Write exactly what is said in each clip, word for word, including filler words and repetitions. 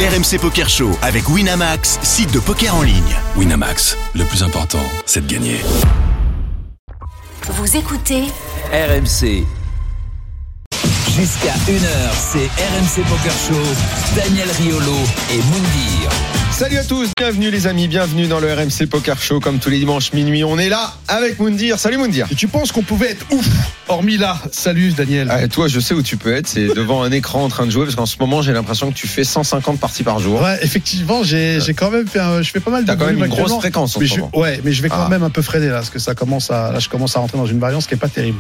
R M C Poker Show avec Winamax, site de poker en ligne. Winamax, le plus important, c'est de gagner. Vous écoutez R M C. Jusqu'à une heure, c'est R M C Poker Show, Daniel Riolo et Moundir. Salut à tous, bienvenue les amis, bienvenue dans le R M C Poker Show. Comme tous les dimanches minuit, on est là avec Moundir. Salut Moundir. Et tu penses qu'on pouvait être ouf, hormis là? Salut Daniel. Ah, toi, je sais où tu peux être, c'est devant un écran en train de jouer, parce qu'en ce moment, j'ai l'impression que tu fais cent cinquante parties par jour. Ouais, effectivement, j'ai, j'ai quand même fait, un, je fais pas mal de. T'as quand même une grosse fréquence en mais ce je, moment. Ouais, mais je vais quand ah. même un peu freiner là, parce que ça commence à, là, je commence à rentrer dans une variance qui est pas terrible.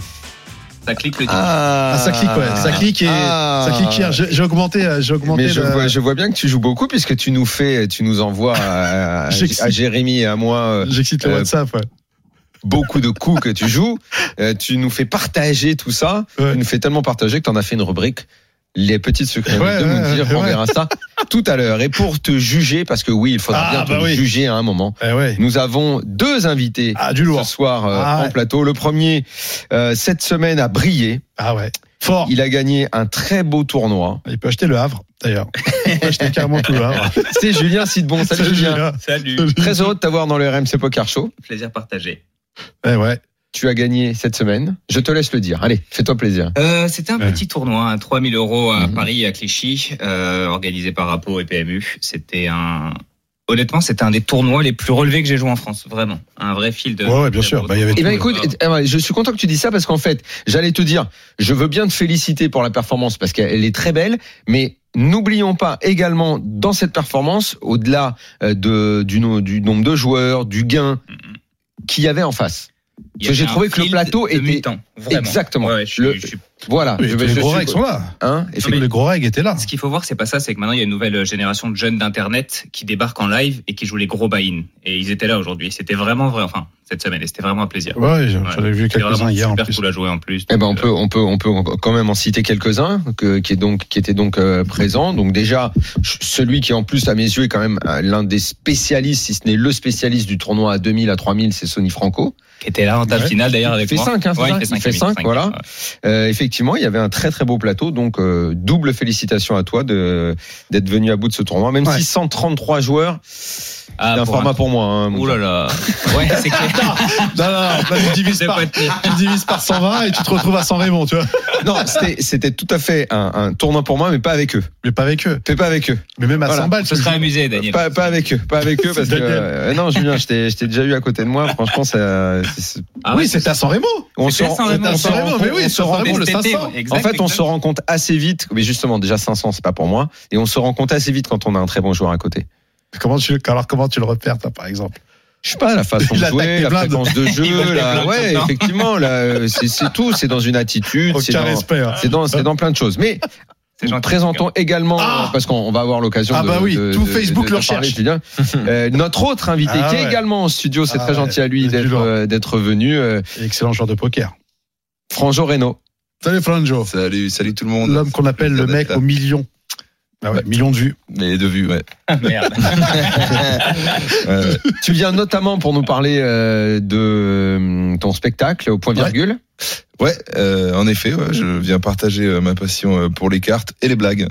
Ça clique le ah, ah, ça clique, ouais. Ça clique et ah, ça clique hier. J'ai, j'ai augmenté, j'ai augmenté. Mais je, le... vois, je vois bien que tu joues beaucoup, puisque tu nous fais, tu nous envoies à, à, à Jérémy et à moi. J'excite le euh, WhatsApp, ouais. Beaucoup de coups que tu joues. Euh, tu nous fais partager tout ça. Ouais. Tu nous fais tellement partager que tu en as fait une rubrique. Les petites secrets ouais, de Moundir, ouais, on ouais. verra ça tout à l'heure. Et pour te juger, parce que oui, il faudra ah, bien bah te oui. juger à un moment. Eh ouais. Nous avons deux invités ah, du lourd. ce soir euh, ah, en ouais. plateau. Le premier, euh, cette semaine, a brillé. Ah ouais. Fort. Il a gagné un très beau tournoi. Il peut acheter le Havre, d'ailleurs. Il peut acheter carrément tout le Havre. C'est Julien Sidbon. Salut, Salut Julien. Salut. Très heureux de t'avoir dans le R M C Poker Show. Plaisir partagé. Eh ouais. Tu as gagné cette semaine. Je te laisse le dire. Allez, fais-toi plaisir. Euh, c'était un ouais. petit tournoi, hein, trois mille euros à mmh. Paris, à Clichy, euh, organisé par Apo et P M U. C'était un... Honnêtement, c'était un des tournois les plus relevés que j'ai joué en France. Vraiment. Un vrai fil de... Ouais, ouais bien sûr. Bah, y avait eh ben, écoute, je suis content que tu dises ça parce qu'en fait, j'allais te dire, je veux bien te féliciter pour la performance parce qu'elle est très belle, mais n'oublions pas également dans cette performance, au-delà de, du, du nombre de joueurs, du gain mmh. qu'il y avait en face. Parce que j'ai trouvé que le plateau était mi-temps, exactement. Ouais, ouais, je, le... je, je... Voilà. Oui, je, je, les je gros suis... règles sont là. Hein et les gros règles étaient là. Ce qu'il faut voir, c'est pas ça, c'est que maintenant il y a une nouvelle génération de jeunes d'internet qui débarquent en live et qui jouent les gros buy-in. Et ils étaient là aujourd'hui. C'était vraiment vrai. Enfin, cette semaine, et c'était vraiment un plaisir. Ouais, j'en ouais. ai vu quelques-uns hier en plus. Super cool à jouer en plus. Eh ben on peut, on peut, on peut quand même en citer quelques-uns que, qui est donc, qui étaient donc euh, présents. Donc déjà, celui qui en plus à mes yeux est quand même l'un des spécialistes, si ce n'est le spécialiste du tournoi à deux mille à trois mille, c'est Sonny Franco. Qui était là en table ouais. finale d'ailleurs avec il moi. Fait cinq, hein, ouais, ça il fait cinq, il fait cinq, voilà. Ouais. Euh, effectivement, il y avait un très très beau plateau, donc euh, double félicitations à toi de d'être venu à bout de ce tournoi, même ouais. si cent trente-trois joueurs. Ah, c'est un format un... pour moi. Hein, Ouh là là. Ouais, c'est clair. non, non, non, là, tu divises par, tu divises par cent vingt et tu te retrouves à San Raymond, tu vois. Non, c'était, c'était tout à fait un, un tournoi pour moi, mais pas avec eux. Mais pas avec eux. Mais pas avec eux. Mais même à voilà. cent balles. Ce serait amusé, Daniel. Pas, pas avec eux, pas avec eux, parce que euh, non, Julien, je t'ai, je t'ai déjà eu à côté de moi. Franchement, ça. C'est... Ah oui, c'était à San Raymond. On se rend compte. Mais oui, San Raymond, le cinq cents. En fait, on se rend compte assez vite. Mais justement, déjà cinq cents, c'est pas pour moi. Et on se rend compte assez vite quand on a un très bon joueur à côté. Comment tu, alors comment tu le repères, toi, par exemple? Je sais pas, la façon de jouer, la fréquence de jeu, là, ouais, effectivement, là, c'est, c'est tout, c'est dans une attitude, c'est dans, respect, hein. c'est dans, c'est dans plein de choses. Mais, nous présentons également, ah parce qu'on va avoir l'occasion ah de, bah oui, de, tout de, Facebook de, de le cherche. euh, notre autre invité, ah qui est ouais. également en studio, c'est ah très ouais. gentil à lui d'être, euh, d'être venu. Euh, Excellent joueur de poker. Franjo Reno. Salut Franjo. Salut, salut tout le monde. L'homme qu'on appelle le mec au million. Ah ouais, millions de vues. Mais de vues, ouais. Ah merde. euh, tu viens notamment pour nous parler euh, de ton spectacle au point virgule. Ouais, ouais euh, en effet, ouais, je viens partager euh, ma passion pour les cartes et les blagues.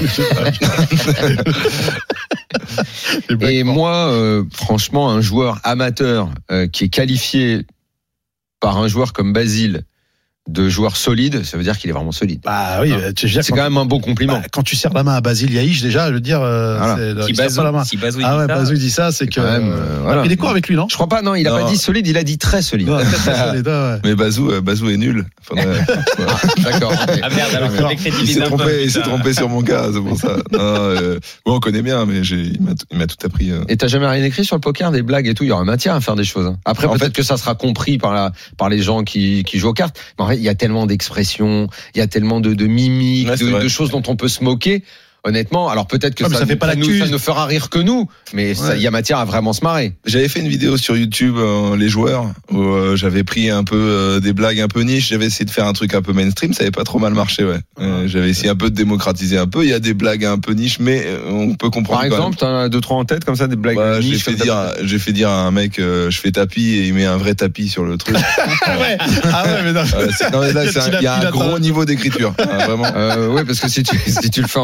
Et moi, euh, franchement, un joueur amateur euh, qui est qualifié par un joueur comme Basile de joueur solide, ça veut dire qu'il est vraiment solide. Bah oui, hein. tu, je veux dire, c'est quand, quand même un beau compliment. Bah, quand tu serres la main à Basile Yaïch, déjà, je veux dire, euh, voilà. c'est, si il Bazou, serre pas la main. Si Bazou ah ouais, dit Bazou dit ça, c'est, c'est que. Même, euh, voilà. Il est quoi avec lui, non? Je crois pas, non, il a non. pas dit solide, il a dit très solide. Ouais, très solide ouais. Mais Bazou, euh, Bazou est nul. Faudrait... D'accord. Okay. Ah merde, alors il s'est trompé, il s'est trompé sur mon cas, c'est pour ça. Non, euh, bon, on connaît bien, mais j'ai, il m'a, il m'a tout appris. Euh. Et t'as jamais rien écrit sur le poker, des blagues et tout? Il y aura matière à faire des choses. Après, en peut-être fait, que ça sera compris par la, par les gens qui, qui jouent aux cartes. Mais en fait, il y a tellement d'expressions, il y a tellement de, de mimiques, ouais, de, de choses dont on peut se moquer. Honnêtement, alors peut-être que ouais, ça, ça, fait pas ça, nous, ça ne fera rire que nous, mais il ouais. y a matière à vraiment se marrer. J'avais fait une vidéo sur YouTube, euh, les joueurs, où euh, j'avais pris un peu euh, des blagues un peu niche, j'avais essayé de faire un truc un peu mainstream, ça avait pas trop mal marché, ouais. Euh, j'avais essayé un peu de démocratiser un peu, il y a des blagues un peu niche, mais euh, on peut comprendre. Par exemple, t'en as deux trois en tête comme ça, des blagues bah, niches. J'ai fait dire, j'ai fait dire à un mec, euh, je fais tapis et il met un vrai tapis sur le truc. Ah ouais, ah ouais, mais non. Euh, non mais là, il y a un gros niveau d'écriture, hein, vraiment. Euh, ouais, parce que si tu si tu le fais en anglais, en fait.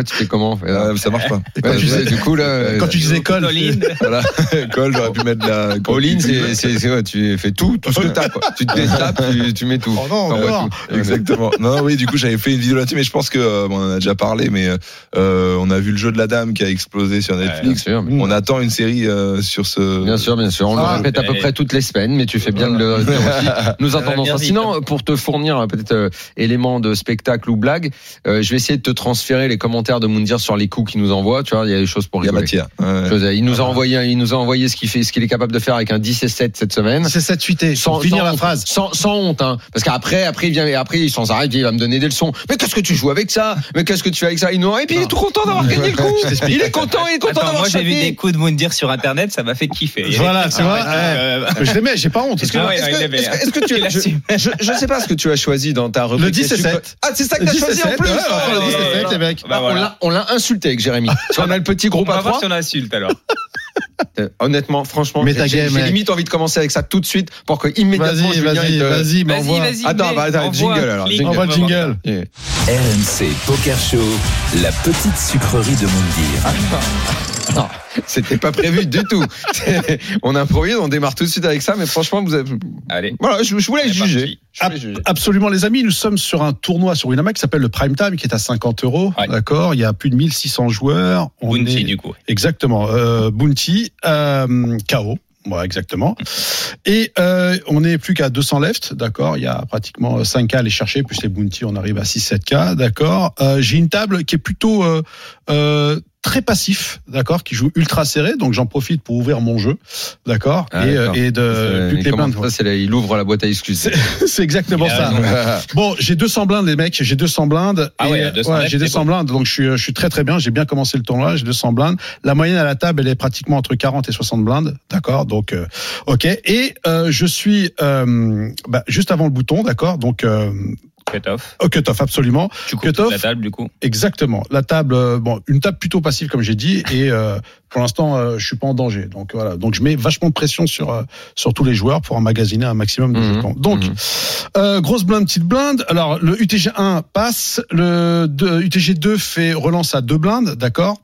après, tu fais comment? Euh, ça marche pas. quand Ouais, tu ouais, disais- du coup, là. Quand tu disais call, Voilà. Call, j'aurais pu mettre la. All-in, c'est, c'est, c'est, ouais, tu fais tout, tout ce que t'as, quoi. Tu te détapes, tu, tu mets tout. Oh non, T'envoies encore. tout. Exactement. Non, oui, du coup, j'avais fait une vidéo là-dessus, mais je pense que euh, bon, on en a déjà parlé, mais euh, on a vu le jeu de la dame qui a explosé sur Bien Netflix. sûr, mais- On attend une série euh, sur ce. Bien sûr, bien sûr. On Ah, le répète à peu et- près toutes les semaines, mais tu fais bien de le dire aussi. Nous Ça va attendons bien ça. vite, Sinon, pour te fournir euh, peut-être euh, éléments de spectacle ou blague, euh, je vais essayer de te transférer les commentaires de Moundir sur les coups qu'il nous envoie. Tu vois, il y a des choses pour Il y a rigoler. matière. Ouais. Chose- Il nous a envoyé, il nous a envoyé ce qu'il fait, ce qu'il est capable de faire avec un dix et sept cette semaine. c'est cette suité. Sans finir la honte, phrase. Sans, sans honte, hein. Parce qu'après, après, il vient, et après, il s'en arrête, il va me donner des leçons. Mais qu'est-ce que tu joues avec ça? Mais qu'est-ce que tu fais avec ça? Il nous, et puis il est tout content d'avoir gagné le coup. Il est content, il est content Attends, d'avoir moi j'ai vu chapé. des coups de Moundir sur internet, ça m'a fait kiffer. Il y a Voilà, des tu trucs- vois, Ah, eh. euh, Je l'aimais, j'ai pas honte. Est-ce que, Ah ouais, est-ce non, que- il aimait, est-ce que- est-ce que tu Il je, assume. je, je sais pas ce que tu as choisi dans ta rubrique. Le dix et sept. Ah, c'est ça que tu as choisi en plus. Ouais, Ah, enfin, le allez, dix et sept, voilà. les mecs. Bah, on voilà. l'a, on l'a insulté avec Jérémy. Parce qu'on a le petit groupe On à va voir trois. si on insulte alors. Euh, Honnêtement, franchement, Mais ta j'ai, game, j'ai mec. limite envie de commencer avec ça tout de suite pour que immédiatement Vas-y, Julien, vas-y, il te- vas-y, mais Vas-y, envoie. vas-y. Attends, mets, bah, attends, envoie, jingle, alors, clique, jingle. Envoie le on va voir jingle. Yeah. R M C Poker Show, la petite sucrerie de Moundir. Non, c'était pas prévu du tout. C'est- On improvise, on démarre tout de suite avec ça, mais franchement, vous avez... Allez. voilà, je, je voulais C'est juger. parti. Je voulais juger. Absolument, les amis, nous sommes sur un tournoi sur Winamax qui s'appelle le Prime Time, qui est à cinquante euros. Ouais. D'accord, il y a plus de mille six cents joueurs. On Bounty est- du coup. Exactement, euh, Bounty, euh, K O. Ouais, exactement. Et euh, on n'est plus qu'à deux cents left, d'accord. Il y a pratiquement cinq K à aller chercher, plus les bounty, on arrive à six sept K, d'accord. Euh, j'ai une table qui est plutôt euh, euh, très passif, d'accord, qui joue ultra serré, donc j'en profite pour ouvrir mon jeu, d'accord, Ah, et, d'accord. et de Euh, plus il que les commence- blindes. ça, c'est là, il ouvre la boîte à excuses. C'est c'est exactement Il a ça. raison. Bon, j'ai deux cents blindes, les mecs. J'ai deux cents blindes. Ah Et, ouais, deux cents ouais, left, j'ai deux c'est cents blindes. Donc, je suis, je suis très, très bien. J'ai bien commencé le tournoi. J'ai deux cents blindes. La moyenne à la table, elle est pratiquement entre quarante et soixante blindes. D'accord. Donc, euh, OK. Et, euh, je suis, euh, bah, juste avant le bouton. D'accord. Donc, euh, Cut-off. au cut-off, absolument. Tu coupes Cut-off. toute la table du coup. Exactement. La table, euh, bon, une table plutôt passive, comme j'ai dit. Et, euh, pour l'instant, euh, je suis pas en danger. Donc, voilà. Donc, je mets vachement de pression sur, euh, sur tous les joueurs pour emmagasiner un maximum de Mhm. jetons. Donc, Mhm. euh, grosse blinde, petite blinde. Alors, le U T G un passe. Le deux- U T G deux fait relance à deux blindes, d'accord.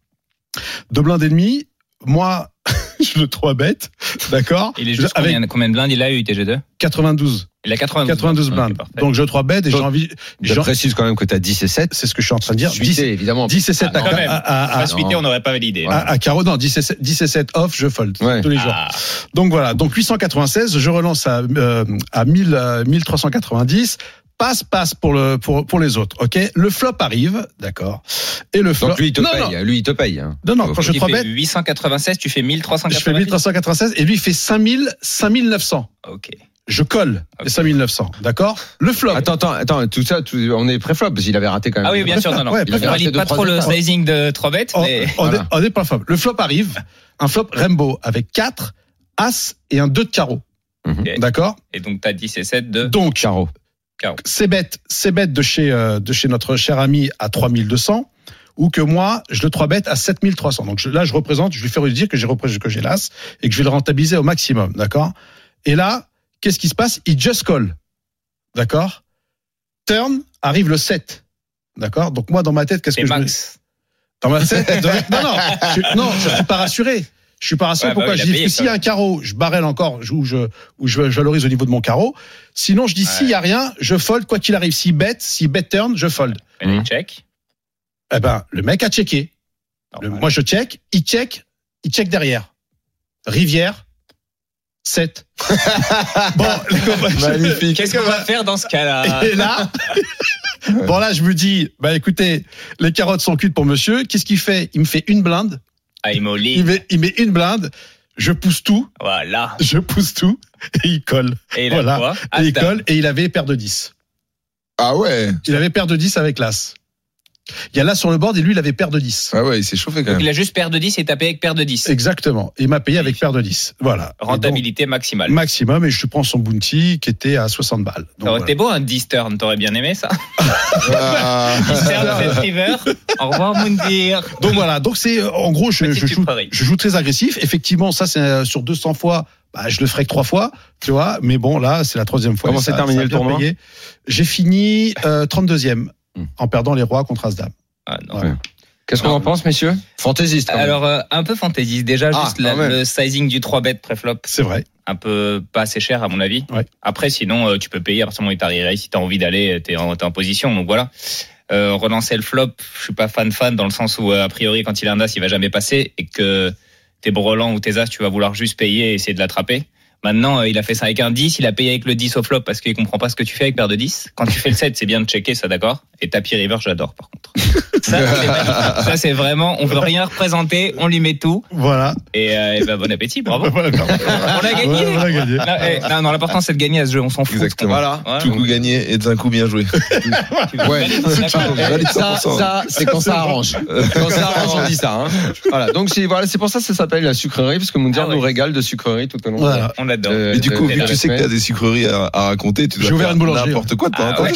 Deux blindes et demi. Moi, je le trois bête, d'accord. Il est juste avec combien, combien de blindes il a U T G deux? quatre-vingt-douze. Il a quatre-vingt-douze. quatre-vingt-douze Ok, blindes. parfait. Donc, je trois bête et j'ai Donc, envie. Je j'ai- précise quand même que tu as dix et sept. C'est ce que je suis en train de dire. dix, Suité, évidemment. dix et sept Ah, à, quand même. à, à, à, Pas suité, on n'aurait pas validé. à, à carreau. Non, dix et sept, dix et sept off, je fold. Ouais. Tous les jours. Ah, Donc voilà, donc huit cent quatre-vingt-seize, je relance à, euh, à mille, euh, mille trois cent quatre-vingt-dix. Passe, passe pour le pour pour les autres, ok. Le flop arrive, d'accord. Et le flop. Donc lui, il te non, paye. non, Lui, il te paye. hein. non, non, quand je il trois fait bêtes, huit cent quatre-vingt-seize, tu fais mille trois cent je fais quatre-vingt-dix. mille trois cent quatre-vingt-seize et lui il fait cinq mille, cinq mille neuf cents. Ok. Je colle les Ok. cinq mille neuf cents, d'accord. Le flop. Attends, attends, attends, tout ça, tout- on est pré-flop parce qu'il avait raté quand même. Ah oui, bien sûr, non, non. Ouais, Je préfère. valide pas trop le sizing de trois bêtes, On, mais on Voilà. est, on est pas flop. Le flop arrive, un flop Rainbow avec quatre As et un deux de carreau, Ok. d'accord. et donc t'as dix et sept de Donc Charo. c'est bête, c'est bête de chez euh, de chez notre cher ami à trois mille deux cents ou que moi je le trois bête à sept mille trois cents. Donc je, là je représente, je lui fais dire que j'ai repris que j'ai l'as et que je vais le rentabiliser au maximum, d'accord. Et là, qu'est-ce qui se passe? Il just call, d'accord. Turn arrive le sept, d'accord. Donc moi dans ma tête, qu'est-ce c'est que je me... max. dans ma tête, non non, je, non, je suis pas rassuré. Je suis pas rassuré. Ouais, bah Pourquoi oui, il je a dis payé, s'il y a quand un carreau, je barrel encore, je- où je où je je valorise au niveau de mon carreau. Sinon, je dis s'il y a rien, je fold quoi qu'il arrive. S'il bet, s'il bet turn, je fold. Et les check. Eh ben, le mec a checké. Le- moi, je check, il check, il check derrière. Rivière, sept. Bon, les copains, Magnifique. Qu'est-ce qu'on va faire dans ce cas-là? et là, bon là, je me dis, bah écoutez, les carottes sont cuites pour monsieur. Qu'est-ce qu'il fait? Il me fait une blinde. Ah, il Il molly. met, il met une blinde. Je pousse tout, Voilà. je pousse tout, et il colle. Et il a Voilà. quoi? Et il Attends. colle, et il avait paire de dix. Ah ouais. Il avait paire de dix avec l'as. Il y a l'as sur le board, et lui, il avait paire de dix. Ah ouais, il s'est chauffé quand Donc même. il a juste paire de dix et tapé avec paire de dix. Exactement. Et il m'a payé avec paire de dix. Voilà. Et Rentabilité maximale. donc, maximum, et je prends son bounty qui était à soixante balles. Donc, Ça aurait voilà. été beau un dix turn, t'aurais bien aimé ça? Ah. dix turn, sept river. Au revoir Moundir. Donc voilà, donc c'est euh, en gros je, Petite je, joue, sucrerie. je joue très agressif. Effectivement, ça c'est euh, sur deux cents fois, bah, je le ferai que trois fois, tu vois. Mais bon, là c'est la troisième fois. Comment Et ça- s'est terminé ça a le bien tournoi payé. J'ai fini euh, trente-deuxième Hmm. en perdant les rois contre As-Dame. Ah non. Voilà. Qu'est-ce qu'on Non. en pense, messieurs? Fantaisiste. quand même. Alors, euh, un peu fantaisiste. Déjà, Ah, juste la- quand même. le sizing du trois bet préflop. C'est vrai. Un peu pas assez cher, à mon avis. Ouais. Après, sinon, euh, tu peux payer à partir du moment où il t'arriverait. Si t'as envie d'aller, t'es en, t'es en position. Donc voilà. Euh, relancer le flop, je suis pas fan fan dans le sens où, euh, a priori, quand il a un as, il va jamais passer et que tes brelans ou tes as, tu vas vouloir juste payer et essayer de l'attraper. Maintenant, euh, il a fait ça avec un dix, il a payé avec le dix au flop parce qu'il comprend pas ce que tu fais avec paire de dix. Quand tu fais le sept, c'est bien de checker, ça d'accord. Et tapis river, j'adore par contre. Ça, c'est magnifique. Ça, c'est vraiment, on veut rien représenter, on lui met tout. Voilà. Et, euh, et ben, bon appétit, bravo. Voilà. On a gagné. On a gagné. Non, eh, non, non, l'important c'est de gagner à ce jeu, on s'en fout. Exactement. Voilà. Voilà. Tout coup gagné et d'un coup bien joué. Ouais. D'accord. Valide Ça, cent pour cent. ça, c'est quand ça arrange. Quand ça arrange, on dit ça. Hein. Voilà. Donc c'est voilà, c'est pour ça que ça s'appelle la sucrerie, parce que Moundir Ah ouais. nous régale de sucrerie tout au long. Voilà. On adore. de- Et du de- coup, de vu la que tu sais que semaine. t'as des sucreries à, à raconter, tu dois J'ai ouvert faire une boulangerie. n'importe quoi de temps en Ah temps. ouais.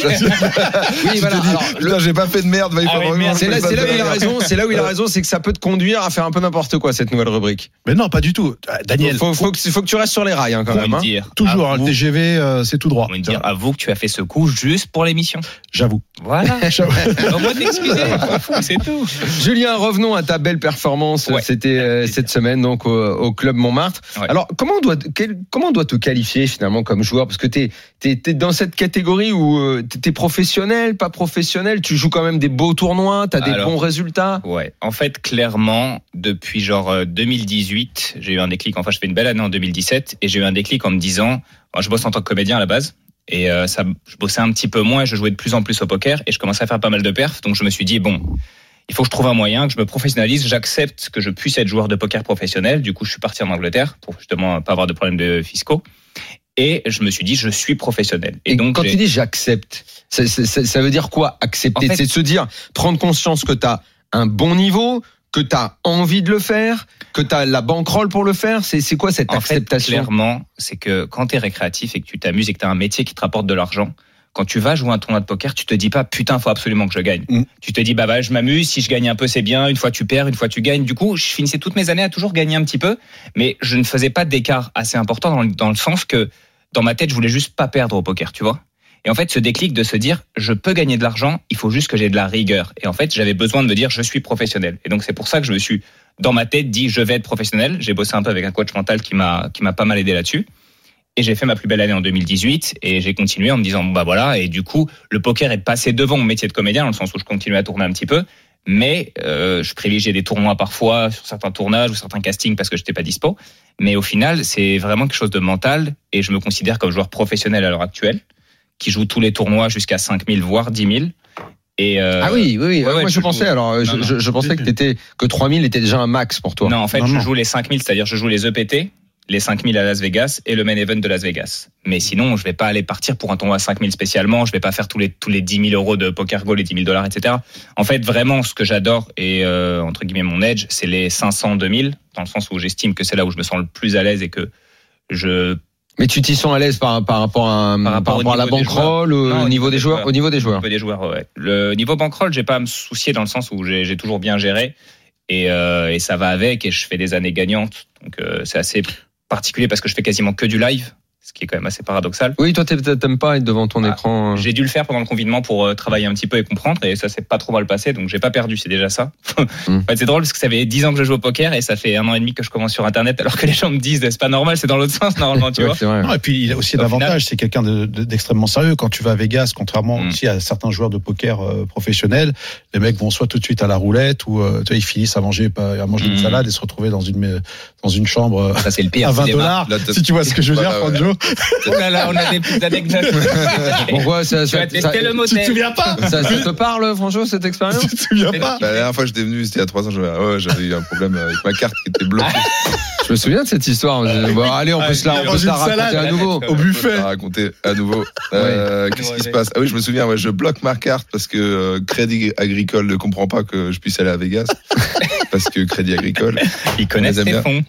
Oui, voilà. Alors, Putain, j'ai pas fait de merde, va y Ah falloir oui, vraiment. merde, c'est là, que je c'est là fasse où il a de merde. raison. C'est là où il a raison, c'est que ça peut te conduire à faire un peu n'importe quoi cette nouvelle rubrique. Mais non, pas du tout. Euh, Daniel, Faut, faut, que, faut que tu restes sur les rails hein, quand Pour même. me Hein. dire. toujours, à hein, le vous, T G V, euh, c'est tout droit. pour me dire, avoue que tu as fait ce coup juste pour l'émission. J'avoue. Voilà. J'avoue. Au moins de t'excuser, c'est tout. Julien, revenons à ta belle performance. Ouais. C'était euh, cette semaine donc au, au club Montmartre. Ouais. Alors comment on doit quel, comment on doit te qualifier finalement comme joueur parce que t'es t'es t'es dans cette catégorie où euh, t'es t'es professionnel, pas professionnel. Tu joues quand même des beaux tournois, t'as des Alors, bons résultats. Ouais. En fait, clairement, depuis genre euh, deux mille dix-huit, j'ai eu un déclic. Enfin, je fais une belle année en deux mille dix-sept et j'ai eu un déclic en me disant, moi, je bosse en tant que comédien à la base. Et euh, ça, je bossais un petit peu moins, et je jouais de plus en plus au poker et je commençais à faire pas mal de perfs. Donc je me suis dit bon, il faut que je trouve un moyen, que je me professionnalise. J'accepte que je puisse être joueur de poker professionnel. Du coup, je suis parti en Angleterre pour justement pas avoir de problèmes de fiscaux. Et je me suis dit je suis professionnel. Et, Et, donc quand j'ai- tu dis j'accepte, ça, ça, ça- ça veut dire quoi accepter? En fait- C'est de se dire prendre conscience que t'as un bon niveau, que t'as envie de le faire, que t'as la bankroll pour le faire. C'est c'est quoi cette En fait, acceptation? clairement, c'est que quand t'es récréatif et que tu t'amuses et que t'as un métier qui te rapporte de l'argent, quand tu vas jouer un tournoi de poker, tu te dis pas putain, faut absolument que je gagne. Mm. Tu te dis bah bah je m'amuse, si je gagne un peu c'est bien, une fois tu perds, une fois tu gagnes. Du coup, je finissais toutes mes années à toujours gagner un petit peu, mais je ne faisais pas d'écart assez important dans le, dans le sens que dans ma tête, je voulais juste pas perdre au poker, tu vois. Et en fait, ce déclic de se dire, je peux gagner de l'argent, il faut juste que j'ai de la rigueur. Et en fait, j'avais besoin de me dire, je suis professionnel. Et donc, c'est pour ça que je me suis, dans ma tête, dit, je vais être professionnel. J'ai bossé un peu avec un coach mental qui m'a, qui m'a pas mal aidé là-dessus. Et j'ai fait ma plus belle année en deux mille dix-huit. Et j'ai continué en me disant, bah voilà. Et du coup, le poker est passé devant mon métier de comédien, dans le sens où je continuais à tourner un petit peu. Mais euh, je privilégiais des tournois parfois sur certains tournages ou certains castings parce que j'étais pas dispo. Mais au final, c'est vraiment quelque chose de mental. Et je me considère comme joueur professionnel à l'heure actuelle, qui joue tous les tournois jusqu'à cinq mille voire dix mille. Et euh, Ah oui, oui, oui. ouais, ouais, Moi, je je pensais, joue- alors, je, non, non. je, je pensais que t'étais, que trois mille était déjà un max pour toi. non, en fait, Non, je non. joue les cinq mille, c'est-à-dire je joue les E P T, les cinq mille à Las Vegas et le main event de Las Vegas. Mais sinon, je vais pas aller partir pour un tournoi à cinq mille spécialement. Je vais pas faire tous les tous les dix mille euros de poker go, les dix mille dollars, et cetera. En fait, vraiment, ce que j'adore et euh, entre guillemets mon edge, c'est les cinq cents, deux mille, dans le sens où j'estime que c'est là où je me sens le plus à l'aise et que je Mais tu t'y sens à l'aise par, par rapport à, Par par rapport au rapport à la niveau des bankroll, au Non, niveau des joueurs, au niveau des joueurs. Au niveau des joueurs, ouais. Le niveau bankroll, j'ai pas à me soucier dans le sens où j'ai j'ai toujours bien géré et, euh, et ça va avec et je fais des années gagnantes. Donc euh, c'est assez particulier parce que je fais quasiment que du live, ce qui est quand même assez paradoxal. Oui, toi, t'es- t'aimes pas être devant ton Ah, écran. J'ai dû le faire pendant le confinement pour euh, travailler un petit peu et comprendre et ça s'est pas trop mal passé donc j'ai pas perdu, c'est déjà ça. Mm. En fait, c'est drôle parce que ça fait dix ans que je joue au poker et ça fait un an et demi que je commence sur internet alors que les gens me disent c'est pas normal, c'est dans l'autre sens normalement, tu Ouais, vois. c'est vrai. Non, et puis il a aussi Au un final- avantage, c'est quelqu'un de- de- d'extrêmement sérieux. Quand tu vas à Vegas, contrairement Mm. aussi à certains joueurs de poker euh, professionnels, les mecs vont soit tout de suite à la roulette ou euh, tu vois, ils finissent à manger, pas- à manger une Mm. salade et se retrouver dans une dans une chambre euh, Ça c'est le pire. à vingt tu démarres. dollars. Là, t'as- Si tu vois ce que je veux dire, Voilà, ouais. Franjo. Oh là là, on a des petites anecdotes. Pourquoi ça, Tu ça, vas ça, tester le Tu te motel. souviens pas ça, ça te parle, Franjo, cette expérience? Tu te souviens pas La dernière fois que j'étais venu, c'était il y a trois ans, j'avais ouais, j'avais eu un problème avec ma carte qui était bloquée. Je me souviens de cette histoire. Bon, allez, on peut se la, on peut se la Dans une raconter salade, à nouveau. au buffet. Je vais raconter à nouveau. Euh, Qu'est-ce qui se passe? Ah oui, je me souviens, ouais, je bloque ma carte parce que euh, Crédit Agricole ne comprend pas que je puisse aller à Vegas. parce que Crédit Agricole. Ils connaissent On les les aime fonds.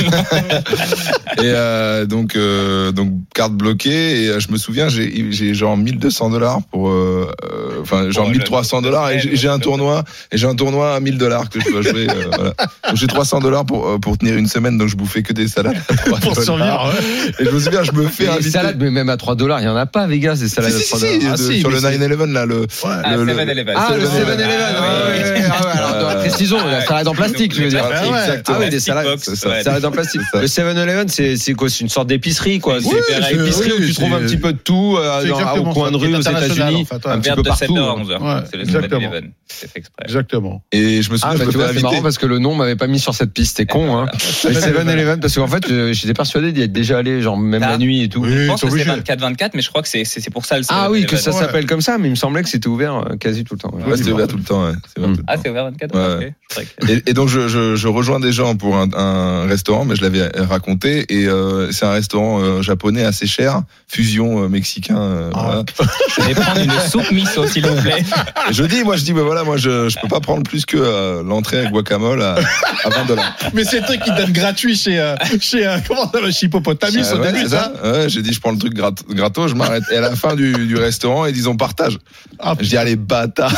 Et euh, donc euh, donc carte bloquée et euh, je me souviens j'ai j'ai genre mille deux cents dollars pour euh, euh, enfin genre Pour mille trois cents dollars et j'ai, j'ai un tournoi et j'ai un tournoi à mille dollars que je dois jouer euh, voilà. Donc j'ai trois cents dollars pour euh, pour tenir une semaine donc je bouffais que des salades Pour survivre. Ouais. et je me souviens je me fais Les inviter salades, mais même à trois dollars, il y en a pas à Vegas, des salades si, à si, trois si, dollars. de- Ah, si, sur mais le c'est- neuf eleven là le Ouais. Ah, le- le- seven eleven. Ah, le seven seven eleven. Ah, Ah, ouais, ouais, ouais. ouais. Ah, ouais, alors, Euh, précisons, la salade en plastique, je veux dire. Plastique, ouais. exactement. Ah oui, des salades. Box, c'est ça. ouais. Salade en plastique. C'est ça. Le seven eleven, c'est, c'est quoi? C'est une sorte d'épicerie, quoi. Oui, C'est c'est- une épicerie oui, où tu c'est- trouves un petit peu de tout, euh, c'est dans- exactement au coin ça, de qui est rue aux international, États-Unis. en fait, ouais. Un Un petit verre peu de sept partout. heures à hein. onze heures. Ouais, C'est le exactement. seven eleven. C'est fait exprès. Exactement. et je me souviens Ah, je bah, me tu fais vois, c'est inviter marrant parce que le nom m'avait pas mis sur cette piste. T'es con, hein. Le seven eleven, parce qu'en fait, euh, j'étais persuadé d'y être déjà allé, genre, même Ah. la nuit et tout. Oui, Je pense c'est que c'est obligé. vingt-quatre vingt-quatre, mais je crois que c'est c'est c'est pour ça le Ah oui, que ça Ouais. s'appelle comme ça, mais il me semblait que c'était ouvert euh, quasi tout le temps. ouais. ouais, c'était ouvert tout le temps ouais. C'est ouvert Mm. tout le Ah, temps. c'est ouvert vingt-quatre Ouais. ok. C'est vrai que- Et, et donc je, je, je rejoins des gens pour un, un restaurant, mais je l'avais raconté. Et euh, c'est un restaurant euh, japonais assez cher, fusion euh, mexicain. euh, voilà. Je vais prendre une soupe miso, s'il vous plaît. Et je dis, moi je dis, bah voilà, moi je je peux pas prendre plus que euh, l'entrée avec guacamole à, à vingt dollars. Mais c'est le truc qui donne gratuit chez, euh, chez, euh, comment ça s'appelle, chez Hippopotamus au ouais, début, c'est ça. ça. Ouais, j'ai dit, je prends le truc grat- gratos, je m'arrête. Et à la fin du, du restaurant, ils disent on partage. Ah, Je dis allez bâtard.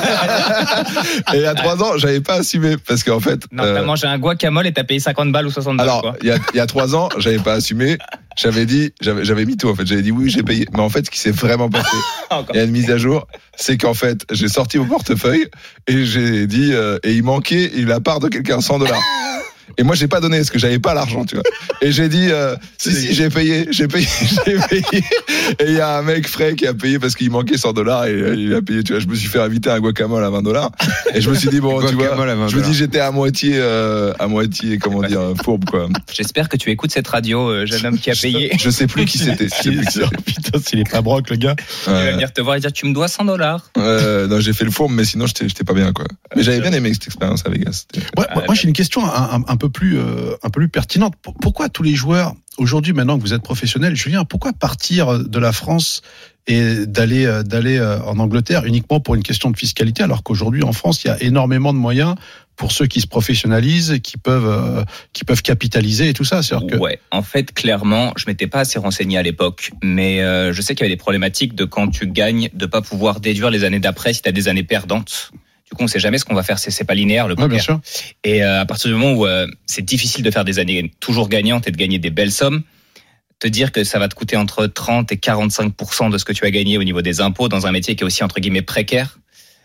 Et il y a trois ans, j'avais pas assumé parce qu'en fait. Non, euh, t'as mangé un guacamole et t'as payé cinquante balles ou soixante balles, Alors, quoi. il y a, il y a trois ans, j'avais pas assumé. J'avais dit, j'avais, j'avais mis tout en fait. J'avais dit oui, j'ai payé. Mais en fait, ce qui s'est vraiment passé, Encore. il y a une mise à jour, c'est qu'en fait, j'ai sorti mon portefeuille et j'ai dit, euh, et il manquait la part de quelqu'un cent dollars. Et moi, j'ai pas donné parce que j'avais pas l'argent, tu vois. Et j'ai dit, euh, si, si, j'ai payé, j'ai payé, j'ai payé. Et il y a un mec frais qui a payé parce qu'il manquait cent dollars et euh, il a payé, tu vois. Je me suis fait inviter à un guacamole à vingt dollars. Et je me suis dit, bon, tu vois, Guacamole à vingt je me dis, dollars. j'étais à moitié, euh, à moitié, comment dire, fourbe, quoi. J'espère que tu écoutes cette radio, euh, jeune homme qui a payé. Je sais plus qui c'était. Je sais plus qui c'était. Putain, s'il est pas broc, le gars. Il va Ouais. venir te voir et dire tu me dois cent dollars. Euh, non, j'ai fait le fourbe, mais sinon, j'étais, j'étais pas bien, quoi. Mais j'avais bien aimé cette expérience à Vegas. C'était- Ouais, moi, moi, j'ai une question un, un, un peu plus, euh, un peu plus pertinente. Pour- Pourquoi tous les joueurs, aujourd'hui, maintenant que vous êtes professionnel, Julien, pourquoi partir de la France et d'aller, euh, d'aller euh, en Angleterre uniquement pour une question de fiscalité, alors qu'aujourd'hui, en France, il y a énormément de moyens pour ceux qui se professionnalisent, qui peuvent, euh, qui peuvent capitaliser et tout ça. C'est-à-dire que, Ouais, en fait, clairement, je m'étais pas assez renseigné à l'époque, mais euh, je sais qu'il y avait des problématiques de quand tu gagnes, de pas pouvoir déduire les années d'après si tu as des années perdantes. Du coup, on sait jamais ce qu'on va faire, c'est, c'est pas linéaire le ouais, bien poker. sûr. Et euh, à partir du moment où euh, c'est difficile de faire des années toujours gagnantes et de gagner des belles sommes, te dire que ça va te coûter entre trente et quarante-cinq pour cent de ce que tu as gagné au niveau des impôts dans un métier qui est aussi entre guillemets précaire,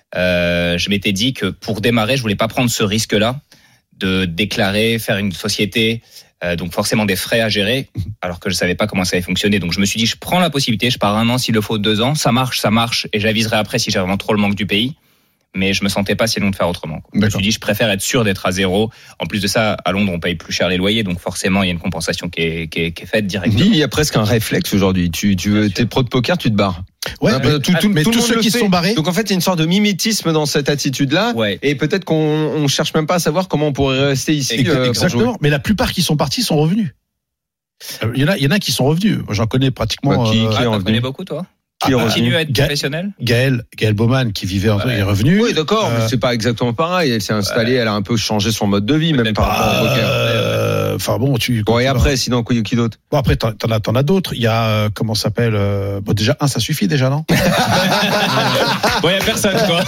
euh, je m'étais dit que pour démarrer, je voulais pas prendre ce risque-là de déclarer, faire une société, euh, donc forcément des frais à gérer, alors que je savais pas comment ça allait fonctionner. Donc je me suis dit, je prends la possibilité, je pars un an s'il le faut, deux ans, ça marche, ça marche, et j'aviserai après si j'ai vraiment trop le manque du pays. Mais je me sentais pas si long de faire autrement. Je me D'accord. suis dit, je préfère être sûr d'être à zéro. En plus de ça, à Londres, on paye plus cher les loyers, donc forcément, il y a une compensation qui est, qui est, qui est faite directement. Dis, il y a presque un réflexe aujourd'hui. Tu, tu veux, t'es pro de poker, tu te barres. Ouais, Ah, mais, bah, tout, tout, mais tout le tous monde ceux le qui fait. sont barrés. Donc en fait, il y a une sorte de mimétisme dans cette attitude-là. Ouais. Et peut-être qu'on on cherche même pas à savoir comment on pourrait rester ici. Ex- euh, pour jouer. Exactement. Mais la plupart qui sont partis sont revenus. Euh, Il y en a, il y en a qui sont revenus. Moi, j'en connais pratiquement. Bah, qui- euh, qui Ah, est t'en revenu connais beaucoup, toi? Qui est Ah, revenu Continue à être Ga- professionnel? Gaël, Gaël Bowman qui vivait en Ouais. est revenu. Oui, d'accord, Euh, mais c'est pas exactement pareil. Elle s'est installée, elle a un peu changé son mode de vie, même Peut-être par rapport au poker. Euh, Enfin bon, tu. Bon, et tu- après, sinon, qui, qui d'autre? Bon, après, t'en t'en as, t'en as d'autres. Il y a euh, comment ça s'appelle euh, Bon, déjà un, ça suffit déjà, non? Bon, il y a personne, quoi.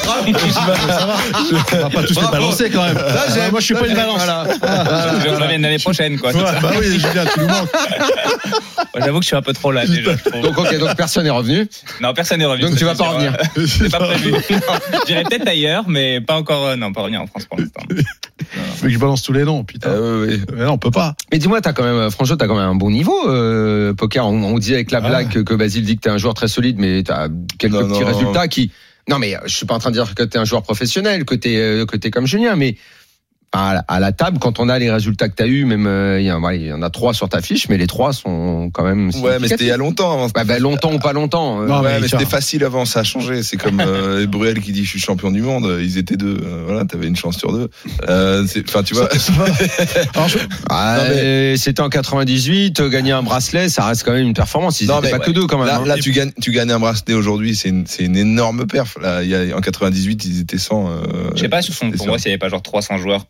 On va pas tous les balancer quand même. Euh, moi, je suis pas une balance. Je reviens l'année prochaine, quoi. Ouais, bah oui, Julien, tu nous manques. Moi, j'avoue que je suis un peu trop là, déjà. je trouve. Donc, ok, donc personne n'est revenu. Non, personne n'est revenu. Donc, ça, tu vas c'est pas sûr. revenir. Euh, C'est pas prévu. Non, j'irai peut-être ailleurs, mais pas encore, euh, non, pas revenir en France pour l'instant. Tu veux que je balance tous les noms, putain. Euh, oui, oui. Mais non, on peut pas. Mais dis-moi, t'as quand même, franchement, t'as quand même un bon niveau, euh, poker. On, on dit avec la Ah. blague que, que Basile dit que t'es un joueur très solide, mais t'as quelques Non, petits non. résultats qui, non, mais je suis pas en train de dire que t'es un joueur professionnel, que t'es, euh, que t'es comme Julien, mais à la, à la table, quand on a les résultats que t'as eu, même, euh, il y, en a- il y en a trois sur ta fiche, mais les trois sont quand même Ouais, mais c'était il y a longtemps avant. bah, bah, longtemps ou pas longtemps. euh, Non, Ouais, mais mais tiens. c'était facile avant, ça a changé. C'est comme euh, Bruel qui dit je suis champion du monde. Ils étaient deux. Euh, voilà, t'avais une chance sur deux. Euh, c'est- Enfin, tu vois. Alors, je- Ah, Non, euh, c'était en quatre-vingt-dix-huit, euh, gagner un bracelet, ça reste quand même une performance. Ils Non, étaient mais pas que deux quand même. Là, hein. là, tu gagnes, tu gagnes un bracelet aujourd'hui. C'est une, c'est une énorme perf. Là, il y a, en quatre-vingt-dix-huit, ils étaient cent. Euh, Je sais pas, sur son, c'est pour sûr. moi, s'il n'y avait pas genre trois cents joueurs. Mais